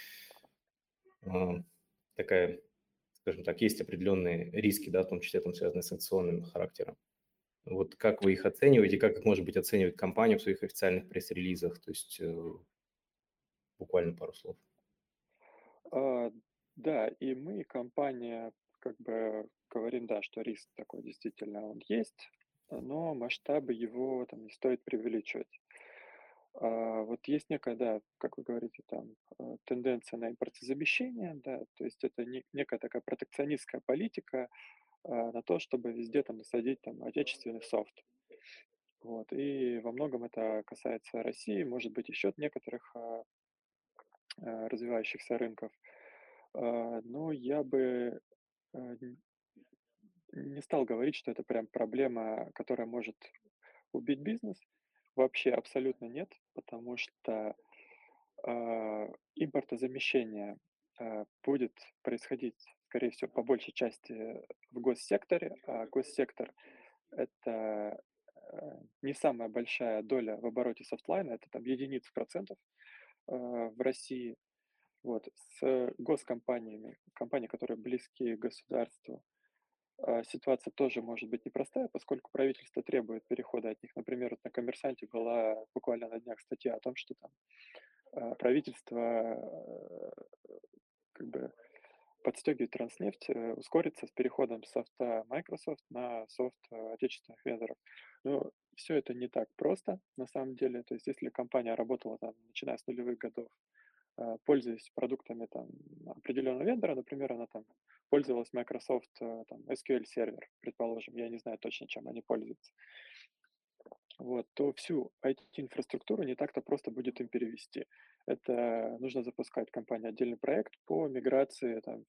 а, такая, скажем так, есть определенные риски, да, в том числе там связанные с санкционным характером. Вот как вы их оцениваете, как их, может быть, оценивает компания в своих официальных пресс-релизах? То есть буквально пару слов. А, да, и мы, компания, как бы говорим, да, что риск такой действительно он есть, но масштабы его там не стоит преувеличивать. Вот есть некая, да, как вы говорите, там тенденция на импортозамещение, да, то есть это некая такая протекционистская политика на то, чтобы везде там насадить там отечественный софт. Вот, и во многом это касается России, может быть, еще некоторых развивающихся рынков. Но я бы н не стал говорить, что это прям проблема, которая может убить бизнес. Вообще абсолютно нет, потому что, импортозамещение, будет происходить, скорее всего, по большей части в госсекторе, а госсектор — это, не самая большая доля в обороте софтлайна, это там единицы процентов, в России. Вот. С госкомпаниями, компании, которые близки к государству, ситуация тоже может быть непростая, поскольку правительство требует перехода от них. Например, вот на «Коммерсанте» была буквально на днях статья о том, что там правительство как бы подстегивает Транснефть ускориться с переходом с софта Microsoft на софт отечественных вендоров. Но все это не так просто на самом деле. То есть если компания работала там, начиная с нулевых годов, пользуясь продуктами там определенного вендора, например, она там пользовалась Microsoft там SQL сервер, предположим, я не знаю точно, чем они пользуются, вот, то всю IT-инфраструктуру не так-то просто будет им перевести. Это нужно запускать компании отдельный проект по миграции там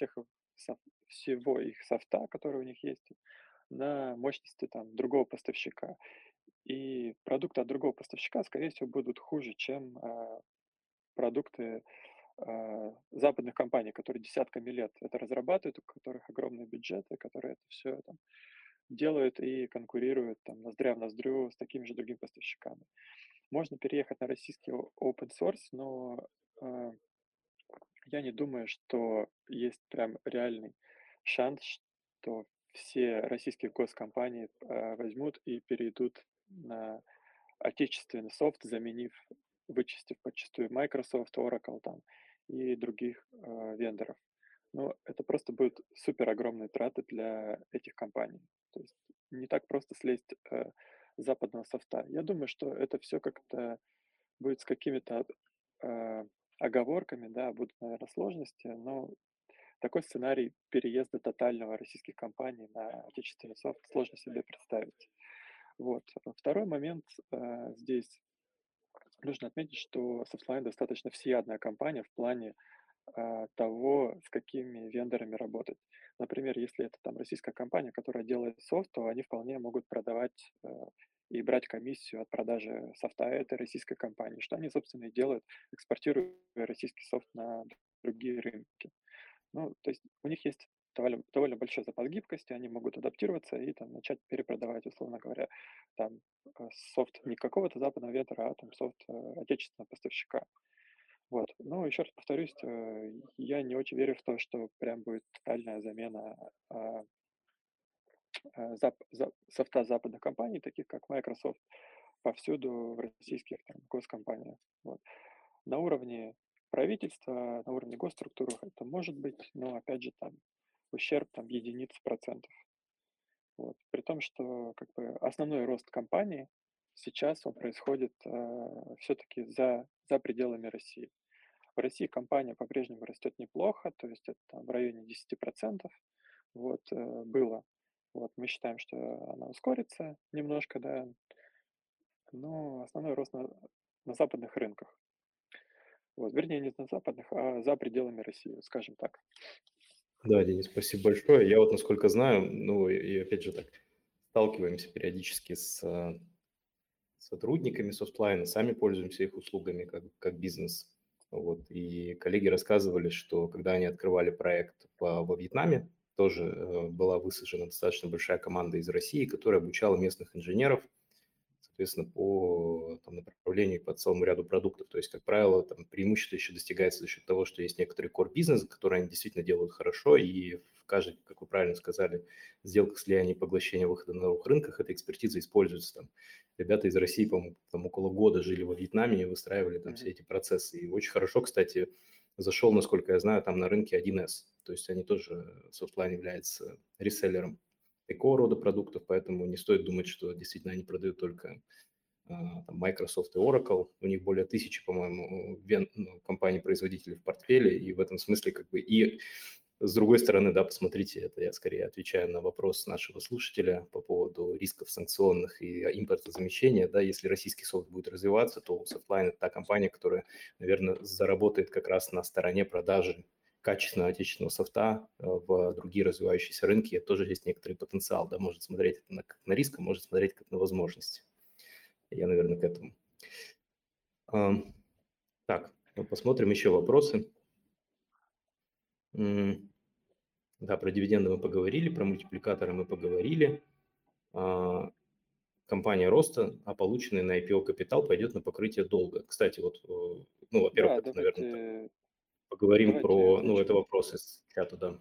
всего их софта, который у них есть, на мощности там другого поставщика. И продукты от другого поставщика, скорее всего, будут хуже, чем продукты западных компаний, которые десятками лет это разрабатывают, у которых огромные бюджеты, которые это все там делают и конкурируют там ноздря в ноздрю с такими же другими поставщиками. Можно переехать на российский open source, но э, я не думаю, что есть прям реальный шанс, что все российские госкомпании возьмут и перейдут на отечественный софт, заменив, вычистив подчастую Microsoft, Oracle там и других вендоров. Но это просто будут супер огромные траты для этих компаний. То есть не так просто слезть с западного софта. Я думаю, что это все как-то будет с какими-то э, оговорками, да, будут, наверное, сложности, но такой сценарий переезда тотального российских компаний на отечественный софт сложно себе представить. Вот. Второй момент здесь нужно отметить, что Softline достаточно всеядная компания в плане того, с какими вендорами работать. Например, если это там российская компания, которая делает софт, то они вполне могут продавать и брать комиссию от продажи софта этой российской компании, что они, собственно, и делают, экспортируя российский софт на другие рынки. Ну, то есть у них есть довольно большой запас гибкости, они могут адаптироваться и там начать перепродавать, условно говоря, там софт не какого-то западного вендора, а там софт отечественного поставщика. Вот. Но еще раз повторюсь, я не очень верю в то, что прям будет тотальная замена а, софта западных компаний, таких как Microsoft, повсюду в российских там, госкомпаниях. Вот. На уровне правительства, на уровне госструктур это может быть, но опять же там ущерб там единиц процентов. Вот. При том, что как бы основной рост компании сейчас он происходит все-таки за пределами России. В России компания по-прежнему растет неплохо, то есть это там в районе 10%. Вот, было. Вот, мы считаем, что она ускорится немножко, да, но основной рост на западных рынках. Вот, вернее, не на западных, а за пределами России, скажем так. Да, Денис, спасибо большое. Я вот, насколько знаю, ну и опять же так, сталкиваемся периодически с сотрудниками софтлайна, сами пользуемся их услугами как бизнес. Вот. И коллеги рассказывали, что когда они открывали проект во Вьетнаме, тоже была высажена достаточно большая команда из России, которая обучала местных инженеров, соответственно, по там, направлению, по целому ряду продуктов. То есть, как правило, там, преимущество еще достигается за счет того, что есть некоторый core-бизнес, который они действительно делают хорошо, и в каждой, как вы правильно сказали, сделках слияния и поглощения выхода на новых рынках эта экспертиза используется. Там, ребята из России, по-моему, там около года жили во Вьетнаме и выстраивали там все эти процессы. И очень хорошо, кстати, зашел, насколько я знаю, там на рынке 1С. То есть они тоже, Softline является реселлером такого рода продуктов, поэтому не стоит думать, что действительно они продают только там, Microsoft и Oracle. У них более 1000, по-моему, компаний-производителей в портфеле, и в этом смысле как бы и с другой стороны, да, посмотрите, это я скорее отвечаю на вопрос нашего слушателя по поводу рисков санкционных и импортозамещения. Да, если российский софт будет развиваться, то Softline – это та компания, которая, наверное, заработает как раз на стороне продажи качественного отечественного софта в другие развивающиеся рынки. Это тоже есть некоторый потенциал, да, может смотреть как на риск, а может смотреть как на возможности. Я, наверное, к этому. Так, посмотрим еще вопросы. Да, про дивиденды мы поговорили, про мультипликаторы мы поговорили. Компания роста, а полученный на IPO капитал пойдет на покрытие долга. Кстати, вот, ну, во-первых, Да, это, наверное, так, давайте, поговорим давайте я про, ну, это отвечу. вопрос из чата, да.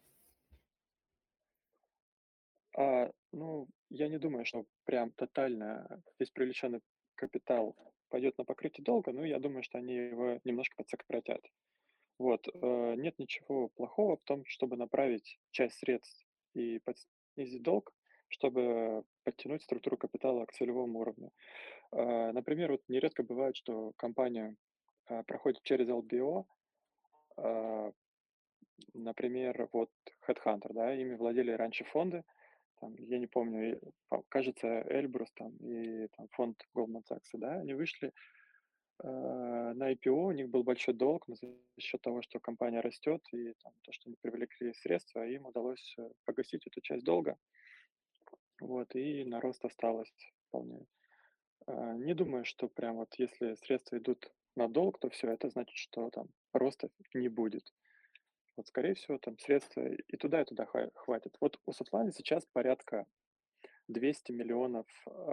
Ну, я не думаю, что прям тотально весь привлеченный капитал пойдет на покрытие долга, но я думаю, что они его немножко подсократят. Вот, нет ничего плохого в том, чтобы направить часть средств и снизить долг, чтобы подтянуть структуру капитала к целевому уровню. Например, вот нередко бывает, что компания проходит через LBO, а, например, вот HeadHunter, да, ими владели раньше фонды, там, я не помню, кажется, Эльбрус там и там, фонд Goldman Sachs, да, они вышли на IPO, у них был большой долг, но за счет того, что компания растет и там, то, что они привлекли средства, им удалось погасить эту часть долга, вот, и на рост осталось вполне. Не думаю, что прям вот если средства идут на долг, то все, это значит, что там роста не будет. Вот, скорее всего, там средства и туда хватит. Вот у Софтлайна сейчас порядка 200 миллионов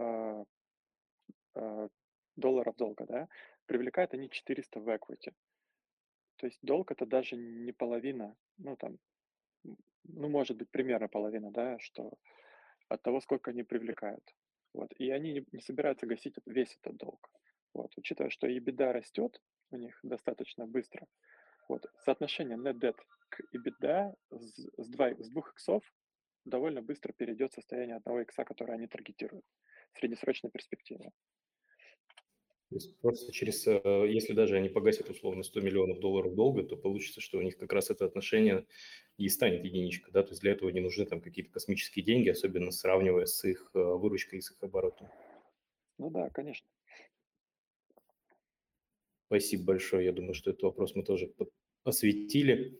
а, долларов долга, да, привлекают они 400 в equity. То есть долг это даже не половина, ну там, ну может быть примерно половина, да, что от того, сколько они привлекают. Вот. И они не собираются гасить весь этот долг. Вот. Учитывая, что EBITDA растет у них достаточно быстро, вот, соотношение net debt к EBITDA с 2 иксов довольно быстро перейдет в состояние 1 икса, который они таргетируют в среднесрочной перспективе. То есть просто через, если даже они погасят условно 100 миллионов долларов долга, то получится, что у них как раз это отношение и станет единичка, да, то есть для этого не нужны там какие-то космические деньги, особенно сравнивая с их выручкой и с их оборотом. Ну да, конечно. Спасибо большое, я думаю, что этот вопрос мы тоже осветили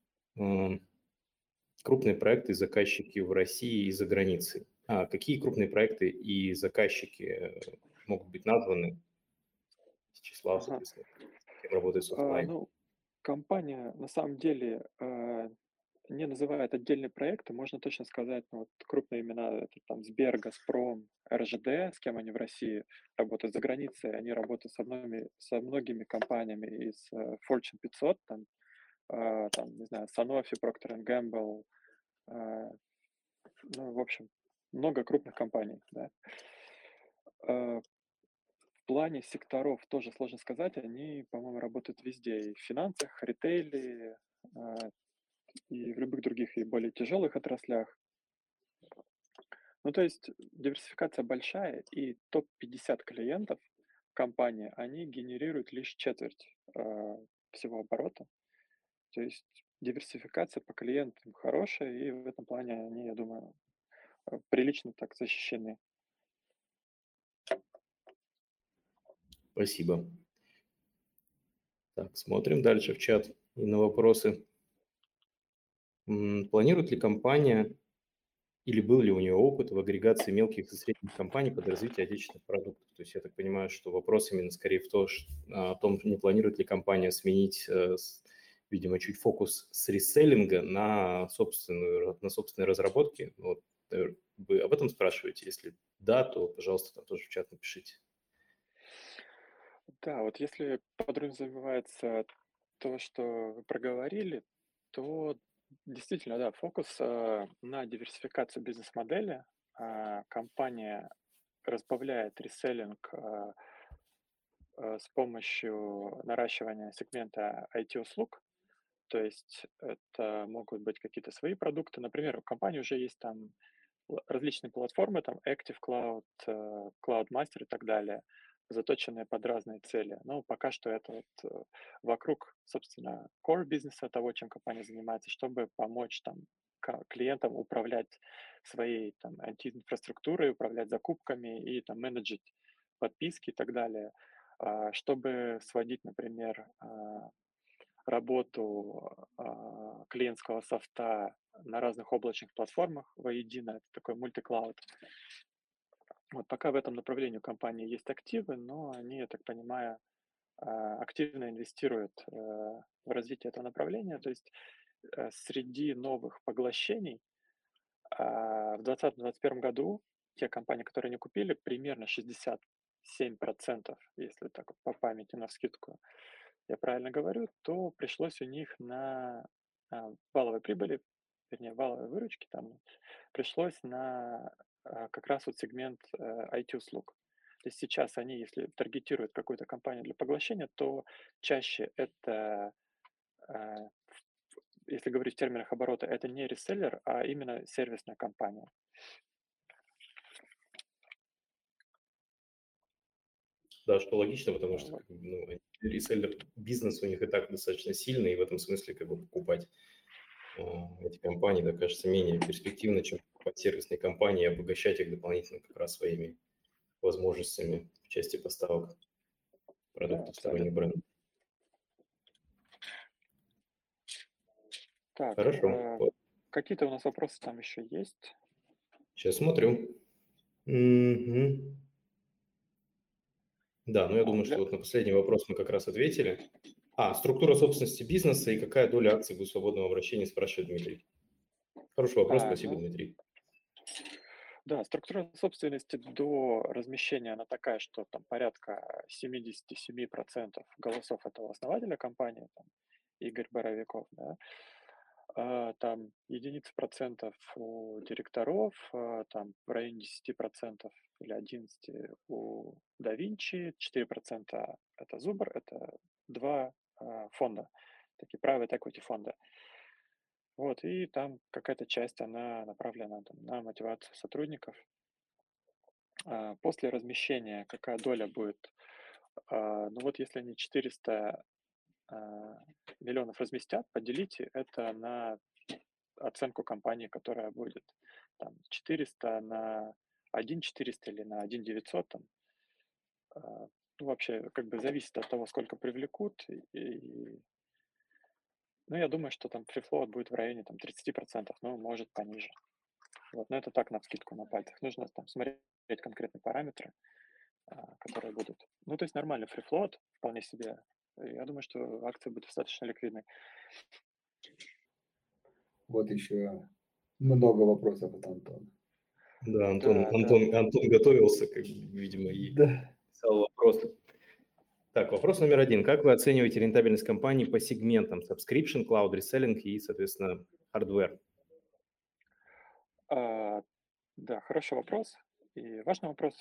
крупные проекты и заказчики в России и за границей. Какие крупные проекты и заказчики могут быть названы из числа, Ага. соответственно, с кем работает Softline? Ну, компания на самом деле не называет отдельные проекты, можно точно сказать, ну, вот крупные имена, это там Сбер, Газпром, РЖД, с кем они в России работают, за границей они работают со многими компаниями из Fortune 500, там, не знаю, Sanofi, Procter Gamble, э, ну, в общем, много крупных компаний, да. В плане секторов тоже сложно сказать, они, по-моему, работают везде, и в финансах, ритейле, а, и в любых других и более тяжелых отраслях. Ну, то есть диверсификация большая, и топ-50 клиентов компании, они генерируют лишь четверть всего оборота. То есть диверсификация по клиентам хорошая, и в этом плане они, я думаю, прилично так защищены. Спасибо. Так, смотрим дальше в чат и на вопросы. Планирует ли компания или был ли у нее опыт в агрегации мелких и средних компаний под развитие отечественных продуктов? То есть я так понимаю, что вопрос именно скорее о том, не планирует ли компания сменить, видимо, чуть фокус с реселлинга на собственные разработки. Вот, вы об этом спрашиваете? Если да, то, пожалуйста, там тоже в чат напишите. Да, вот если подразумевается то, что вы проговорили, то действительно, да, фокус на диверсификацию бизнес-модели. Компания разбавляет реселлинг с помощью наращивания сегмента IT-услуг. То есть это могут быть какие-то свои продукты. Например, у компании уже есть там различные платформы, там Active Cloud, Cloud Master и так далее, заточенные под разные цели. Но пока что это вокруг, собственно, core бизнеса, того, чем компания занимается, чтобы помочь там клиентам управлять своей там IT-инфраструктурой, управлять закупками и там менеджить подписки и так далее, чтобы сводить, например, работу клиентского софта на разных облачных платформах воедино. Это такой мультиклауд. Вот пока в этом направлении у компании есть активы, но они, я так понимаю, активно инвестируют в развитие этого направления. То есть среди новых поглощений в 2020-2021 году те компании, которые не купили, примерно 67%, если так вот по памяти навскидку я правильно говорю, то пришлось у них на валовой прибыли, вернее, валовой выручки, там пришлось на как раз вот сегмент IT-услуг. То есть сейчас они, если таргетируют какую-то компанию для поглощения, то чаще это, а, если говорить в терминах оборота, это не реселлер, а именно сервисная компания. Да, что логично, потому что Вот. реселлер бизнес у них и так достаточно сильный, и в этом смысле как бы покупать эти компании, да, кажется, менее перспективно, чем покупать сервисные компании и обогащать их дополнительно как раз своими возможностями в части поставок Да, продуктов сторонних абсолютно. брендов. Так, Хорошо. какие-то у нас вопросы там еще есть? Сейчас смотрю. Мгм. Да, ну я думаю, что Для... вот на последний вопрос мы как раз ответили. Структура собственности бизнеса и какая доля акций будет в свободном обращении, спрашивает Дмитрий. Хороший вопрос, спасибо, Ну, Дмитрий. да, структура собственности до размещения, она такая, что там порядка 77% голосов этого основателя компании, там, Игорь Боровиков, да, там единицы процентов у директоров, там в районе 10% или 11% у DaVinci, 4% это Зубр, это два фонда, такие private equity фонда. Вот, и там какая-то часть, она направлена там, на мотивацию сотрудников. После размещения какая доля будет? Ну вот если они 400 миллионов разместят, поделите это на оценку компании, которая будет там 400 на 1 400 или на 1 900 там. Ну, вообще, как бы зависит от того, сколько привлекут, и Ну, я думаю, что там free float будет в районе там 30%, ну, может, пониже. Вот, но это так, навскидку, на пальцах. Нужно там смотреть конкретные параметры, которые будут. Ну, то есть нормальный free float, вполне себе. Я думаю, что акции будут достаточно ликвидны. Вот еще много вопросов от Антона. Да, Да, Антон готовился, как бы, видимо, и Да. писал вопросы. Так, вопрос номер 1. Как вы оцениваете рентабельность компании по сегментам subscription, cloud reselling и, соответственно, hardware? Да, хороший вопрос и важный вопрос.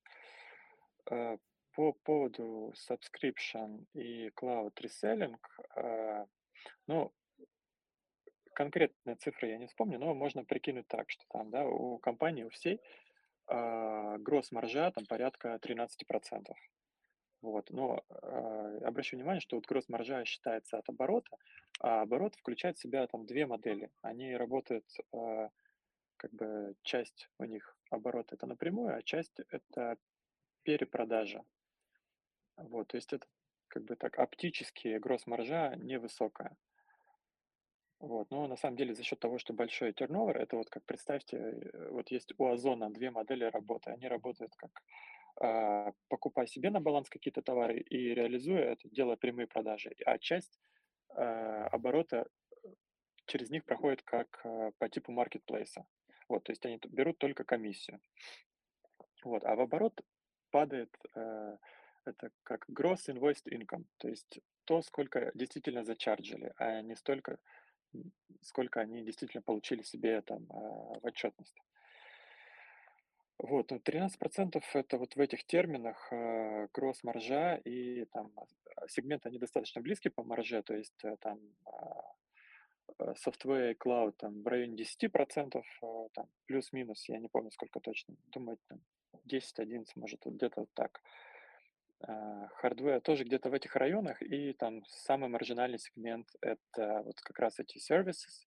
По поводу subscription и cloud reselling, ну, конкретные цифры я не вспомню, но можно прикинуть так, что там, да, у компании, у всей гросс-маржа там порядка 13%. Вот, но обращу внимание, что вот гросс-маржа считается от оборота, а оборот включает в себя там две модели. Они работают, как бы часть у них оборота это напрямую, а часть это перепродажа. Вот, то есть это как бы так оптически гросс-маржа невысокая. Вот, но на самом деле за счет того, что большой turnover, это вот как представьте, вот есть у Озона две модели работы. Они работают как покупая себе на баланс какие-то товары и реализуя это, делая прямые продажи, а часть оборота через них проходит как по типу маркетплейса. Вот, то есть они берут только комиссию. Вот, а в оборот падает это как gross invoiced income, то есть то, сколько действительно зачарджили, а не столько, сколько они действительно получили себе там в отчетность. Вот, ну, 13% это вот в этих терминах гросс-маржа и там сегменты, они достаточно близки по марже, то есть там software и cloud там в районе 10%, там плюс-минус, я не помню сколько точно, думаю, там 10-11, может, вот где-то вот так. Hardware тоже где-то в этих районах, и там самый маржинальный сегмент это вот как раз эти services,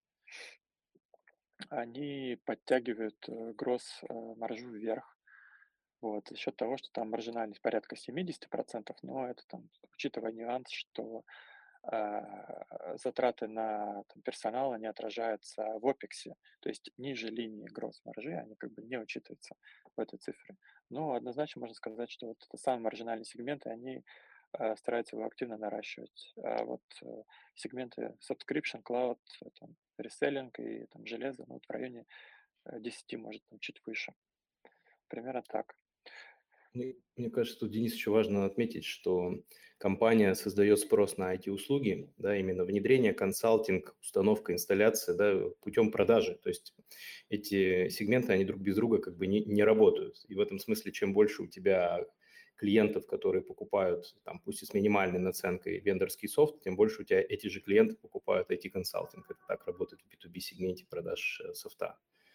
они подтягивают маржу вверх. Вот, за счет того, что там маржинальность порядка 70%, но это там, учитывая нюанс, что затраты на там, персонал, они отражаются в опексе, то есть ниже линии гросс-маржи, они как бы не учитываются в этой цифре. Но однозначно можно сказать, что вот это самый маржинальный сегмент, и они стараются его активно наращивать. А вот сегменты subscription, cloud, там, reselling и там, железо, ну, вот в районе 10, может, там, чуть выше. Примерно так. Мне кажется, тут, Денис, еще важно отметить, что компания создает спрос на IT-услуги, да, именно внедрение, консалтинг, установка, инсталляция, да, путем продажи. То есть эти сегменты, они друг без друга как бы не работают. И в этом смысле, чем больше у тебя клиентов, которые покупают, там, пусть и с минимальной наценкой, вендорский софт, тем больше у тебя эти же клиенты покупают IT-консалтинг. Это так работает в B2B-сегменте продаж софта.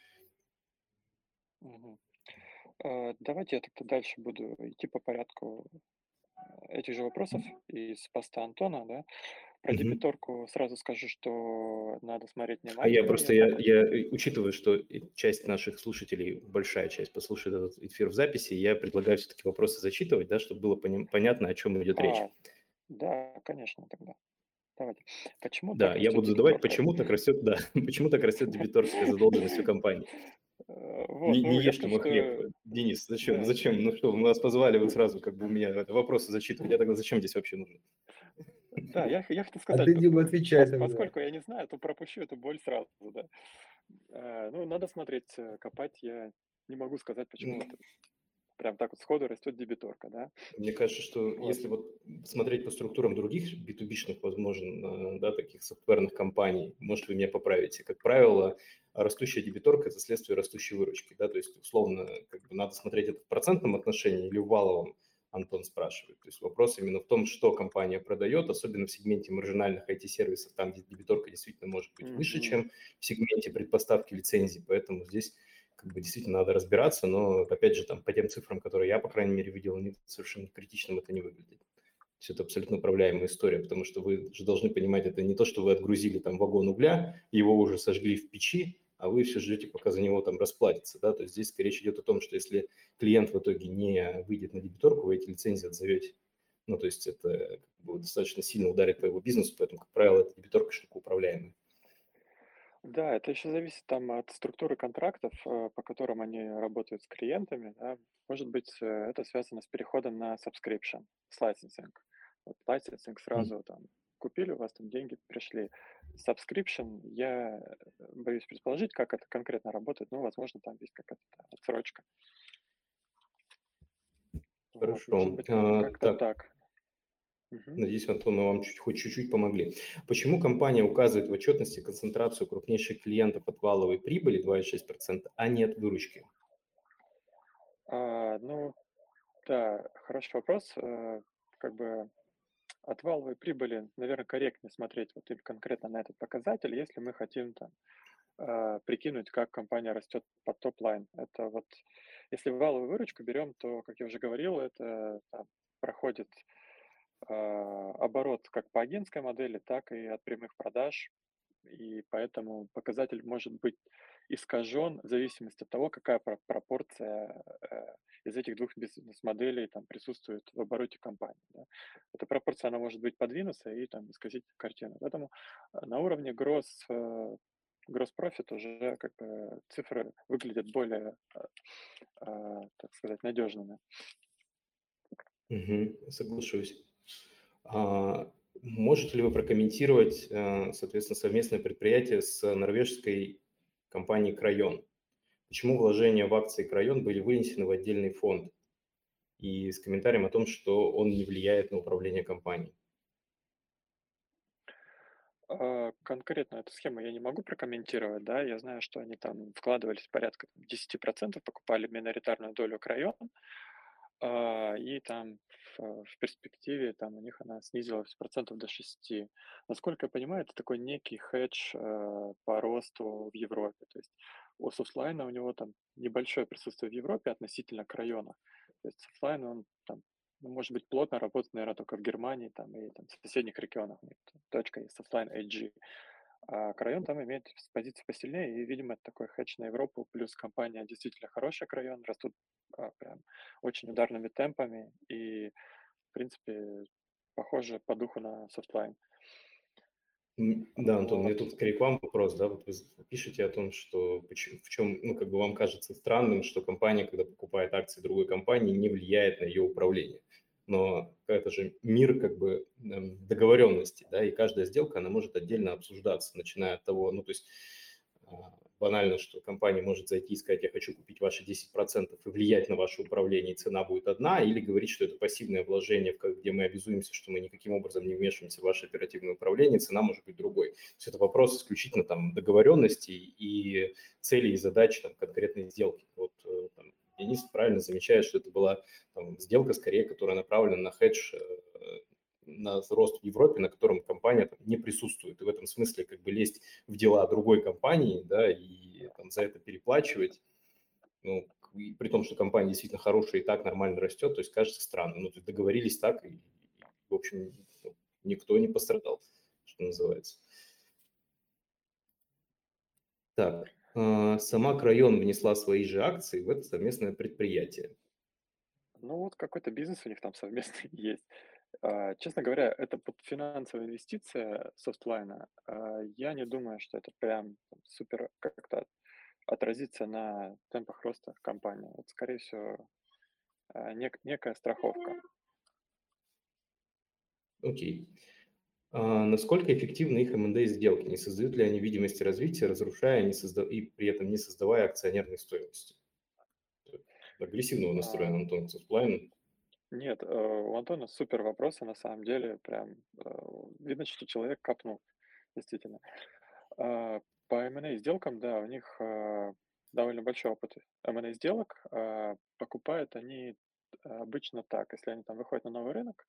Мгм. Давайте я тогда дальше буду идти по порядку этих же вопросов из поста Антона, да. Про Мгм. дебиторку сразу скажу, что надо смотреть А я внимательнее. просто, Там, учитывая, что часть наших слушателей, большая часть, послушает этот эфир в записи, я предлагаю все-таки вопросы зачитывать, да, чтобы было понятно, о чем идет речь. да, конечно, тогда. Давайте. Почему Да, так я растет буду задавать, дебиторка? почему так растет, да, почему так растет дебиторская задолженность у компании. Вот, Не ну я ешьте скажу, мой хлеб, что Денис, зачем, да, зачем, ну что, вы нас позвали, вы сразу как бы у меня вопросы зачитывать, я тогда зачем здесь вообще нужен? да, я хотел А сказать, ты, Дима, отвечай тогда. поскольку я не знаю, то пропущу эту боль сразу, да. Ну, надо смотреть, копать. Я не могу сказать, почему Ну, вот прям так вот сходу растет дебиторка, да. Мне кажется, что Вот. если вот смотреть по структурам других B2B-шных, возможно, да, таких софтверных компаний, может, вы меня поправите. Как правило, растущая дебиторка – это следствие растущей выручки, да, то есть, условно, как бы надо смотреть это в процентном отношении или в валовом, Антон спрашивает. То есть вопрос именно в том, что компания продает, особенно в сегменте маржинальных IT-сервисов, там, где дебиторка действительно может быть выше, Мгм. чем в сегменте предпоставки лицензий, поэтому здесь как бы действительно надо разбираться, но, опять же, там, по тем цифрам, которые я, по крайней мере, видел, совершенно критичным это не выглядит. Все это абсолютно управляемая история, потому что вы же должны понимать, это не то, что вы отгрузили там вагон угля, его уже сожгли в печи, а вы все ждете, пока за него там расплатится, да, то есть здесь речь идет о том, что если клиент в итоге не выйдет на дебиторку, вы эти лицензии отзовете. Ну, то есть это как бы достаточно сильно ударит по его бизнесу, поэтому, как правило, это дебиторка широкоуправляемая. Да, это еще зависит там от структуры контрактов, по которым они работают с клиентами, да. Может быть, это связано с переходом на subscription, с licensing. Вот licensing М. сразу там купили, у вас там деньги пришли. Subscription, я боюсь предположить, как это конкретно работает, но, возможно, там есть какая-то отсрочка. Вот, может Хорошо. быть, как-то Так, так. Мгм. надеюсь, Антон, мы вам хоть чуть-чуть помогли. Почему компания указывает в отчетности концентрацию крупнейших клиентов от валовой прибыли 2,6%, а не от выручки? Ну, да, хороший вопрос. Как бы от валовой прибыли, наверное, корректнее смотреть вот и конкретно на этот показатель, если мы хотим там прикинуть, как компания растет под топ-лайн. Это вот, если валовую выручку берем, то, как я уже говорил, это там проходит оборот как по агентской модели, так и от прямых продаж, и поэтому показатель может быть искажен в зависимости от того, какая пропорция из этих двух бизнес-моделей там присутствует в обороте компании. Да. Эта пропорция, она может быть подвинуться и там исказить картину. Поэтому на уровне gross profit уже как бы цифры выглядят более, так сказать, надежными. Мгм, соглашусь. Можете ли вы прокомментировать, соответственно, совместное предприятие с норвежской компанией Крайон? Почему вложения в акции Крайон были вынесены в отдельный фонд? И с комментарием о том, что он не влияет на управление компанией. Конкретно эту схему я не могу прокомментировать, да, я знаю, что они там вкладывались порядка 10%, покупали миноритарную долю Крайон, и там в перспективе там у них она снизилась процентов до 6. Насколько я понимаю, это такой некий хедж по росту в Европе. То есть у софтлайна у него там небольшое присутствие в Европе относительно к району. То есть софтлайн, он там, ну, может быть, плотно работает, наверное, только в Германии там, и там, в соседних регионах. У них там точка есть софтлайн AG. А Крайон там имеет позиции посильнее, и, видимо, это такой хедж на Европу, плюс компания действительно хорошая, Крайон, растут прям очень ударными темпами, и, в принципе, похоже по духу на софтлайн. Да, Антон, мне Вот. тут скорее к вам вопрос, да, вот вы пишете о том, что в чем, ну, как бы вам кажется странным, что компания, когда покупает акции другой компании, не влияет на ее управление. Но это же мир как бы договоренности, да, и каждая сделка, она может отдельно обсуждаться, начиная от того, ну, то есть банально, что компания может зайти и сказать, я хочу купить ваши 10% и влиять на ваше управление, и цена будет одна, или говорить, что это пассивное вложение, где мы обязуемся, что мы никаким образом не вмешиваемся в ваше оперативное управление, цена может быть другой. То есть это вопрос исключительно там договоренностей и целей и задач там, конкретной сделки. Вот там, Денис правильно замечает, что это была там, сделка, скорее, которая направлена на хедж на рост в Европе, на котором компания там, не присутствует. И в этом смысле как бы лезть в дела другой компании, да, и там, за это переплачивать, ну, и при том, что компания действительно хорошая и так нормально растет, то есть кажется странным. Ну, то есть договорились так, и в общем, ну, никто не пострадал, что называется. Так, сама Крайон внесла свои же акции в это совместное предприятие. Ну вот какой-то бизнес у них там совместный есть. Честно говоря, это под финансовая инвестиция софтлайна. Я не думаю, что это прям там супер как-то отразится на темпах роста компании. Это, скорее всего, некая страховка. Окей. Насколько эффективны их M&A сделки? Не создают ли они видимости развития, разрушая и при этом не создавая акционерной стоимости? Агрессивного настроена А, Антон Софтлайн. Нет, у Антона супер вопросы, на самом деле, прям видно, что человек копнул, действительно. По M&A сделкам, да, у них довольно большой опыт M&A сделок. Покупают они обычно так, если они там выходят на новый рынок,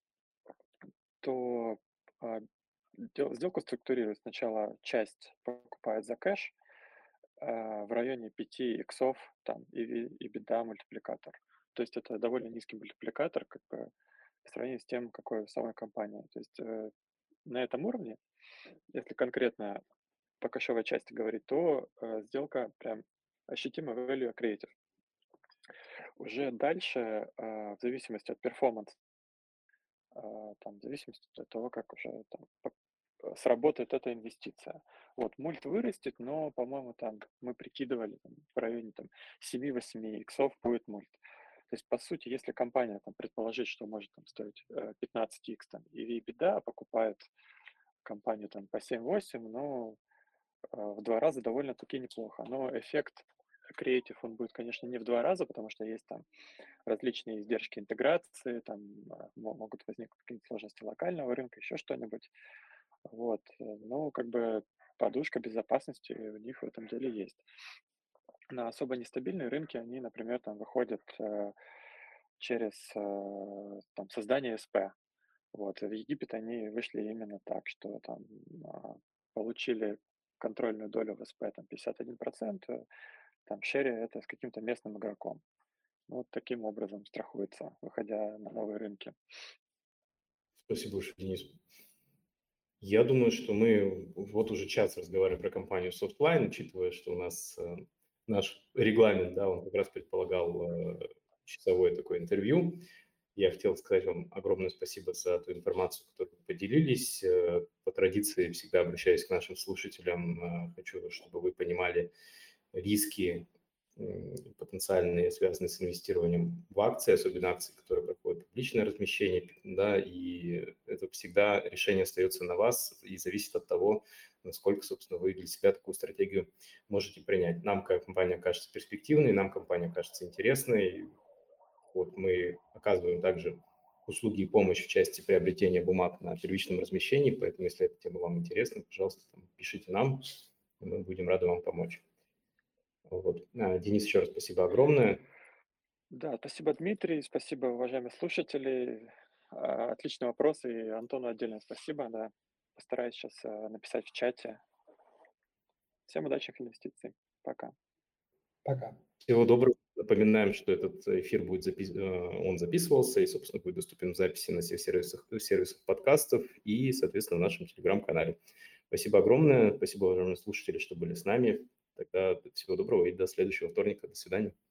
то а, сделку структурируют. Сначала часть покупает за кэш в районе 5 иксов, там, и беда мультипликатор. То есть это довольно низкий мультипликатор, как бы по сравнению с тем, какой у самой компании. То есть на этом уровне, если конкретно по кэшевой части говорить, то сделка прям ощутимо value accretive. Уже дальше, в зависимости от перформанса там, в зависимости от того, как уже там сработает эта инвестиция. Вот, мульт вырастет, но, по-моему, там мы прикидывали там, в районе там 7-8 иксов будет мульт. То есть, по сути, если компания там предположить, что может там стоить 15 х там, и EBITDA покупает компанию там по 7-8, ну, в 2 раза довольно-таки неплохо. Но эффект креатив, он будет, конечно, не в 2 раза, потому что есть там различные издержки интеграции, там могут возникнуть какие-то сложности локального рынка, еще что-нибудь. Вот, ну, как бы подушка безопасности у них в этом деле есть. На особо нестабильные рынки они, например, там выходят через там, создание СП. Вот, в Египет они вышли именно так, что там получили контрольную долю в СП там 51%, там шере это с каким-то местным игроком. Ну, вот таким образом страхуется, выходя на новые рынки. Спасибо большое, Денис. Я думаю, что мы вот уже час разговариваем про компанию Softline, учитывая, что у нас наш регламент, да, он как раз предполагал часовое такое интервью. Я хотел сказать вам огромное спасибо за ту информацию, которую вы поделились. По традиции всегда обращаюсь к нашим слушателям. Хочу, чтобы вы понимали риски потенциальные, связанные с инвестированием в акции, особенно акции, которые проходят публичное размещение, да, и это всегда решение остается на вас и зависит от того, насколько, собственно, вы для себя такую стратегию можете принять. Нам как компания кажется перспективной, нам компания кажется интересной. Вот мы оказываем также услуги и помощь в части приобретения бумаг на первичном размещении, поэтому если эта тема вам интересна, пожалуйста, пишите нам, и мы будем рады вам помочь. Вот. Денис, еще раз спасибо огромное. Да, спасибо, Дмитрий, спасибо, уважаемые слушатели. Отличный вопрос, и Антону отдельное спасибо, да. Постараюсь сейчас написать в чате. Всем удачных инвестиций. Пока. Пока. Всего доброго. Напоминаем, что этот эфир будет он записывался и, собственно, будет доступен в записи на всех сервисах подкастов и, соответственно, в нашем телеграм-канале. Спасибо огромное. Спасибо, уважаемые слушатели, что были с нами. Тогда всего доброго и до следующего вторника. До свидания.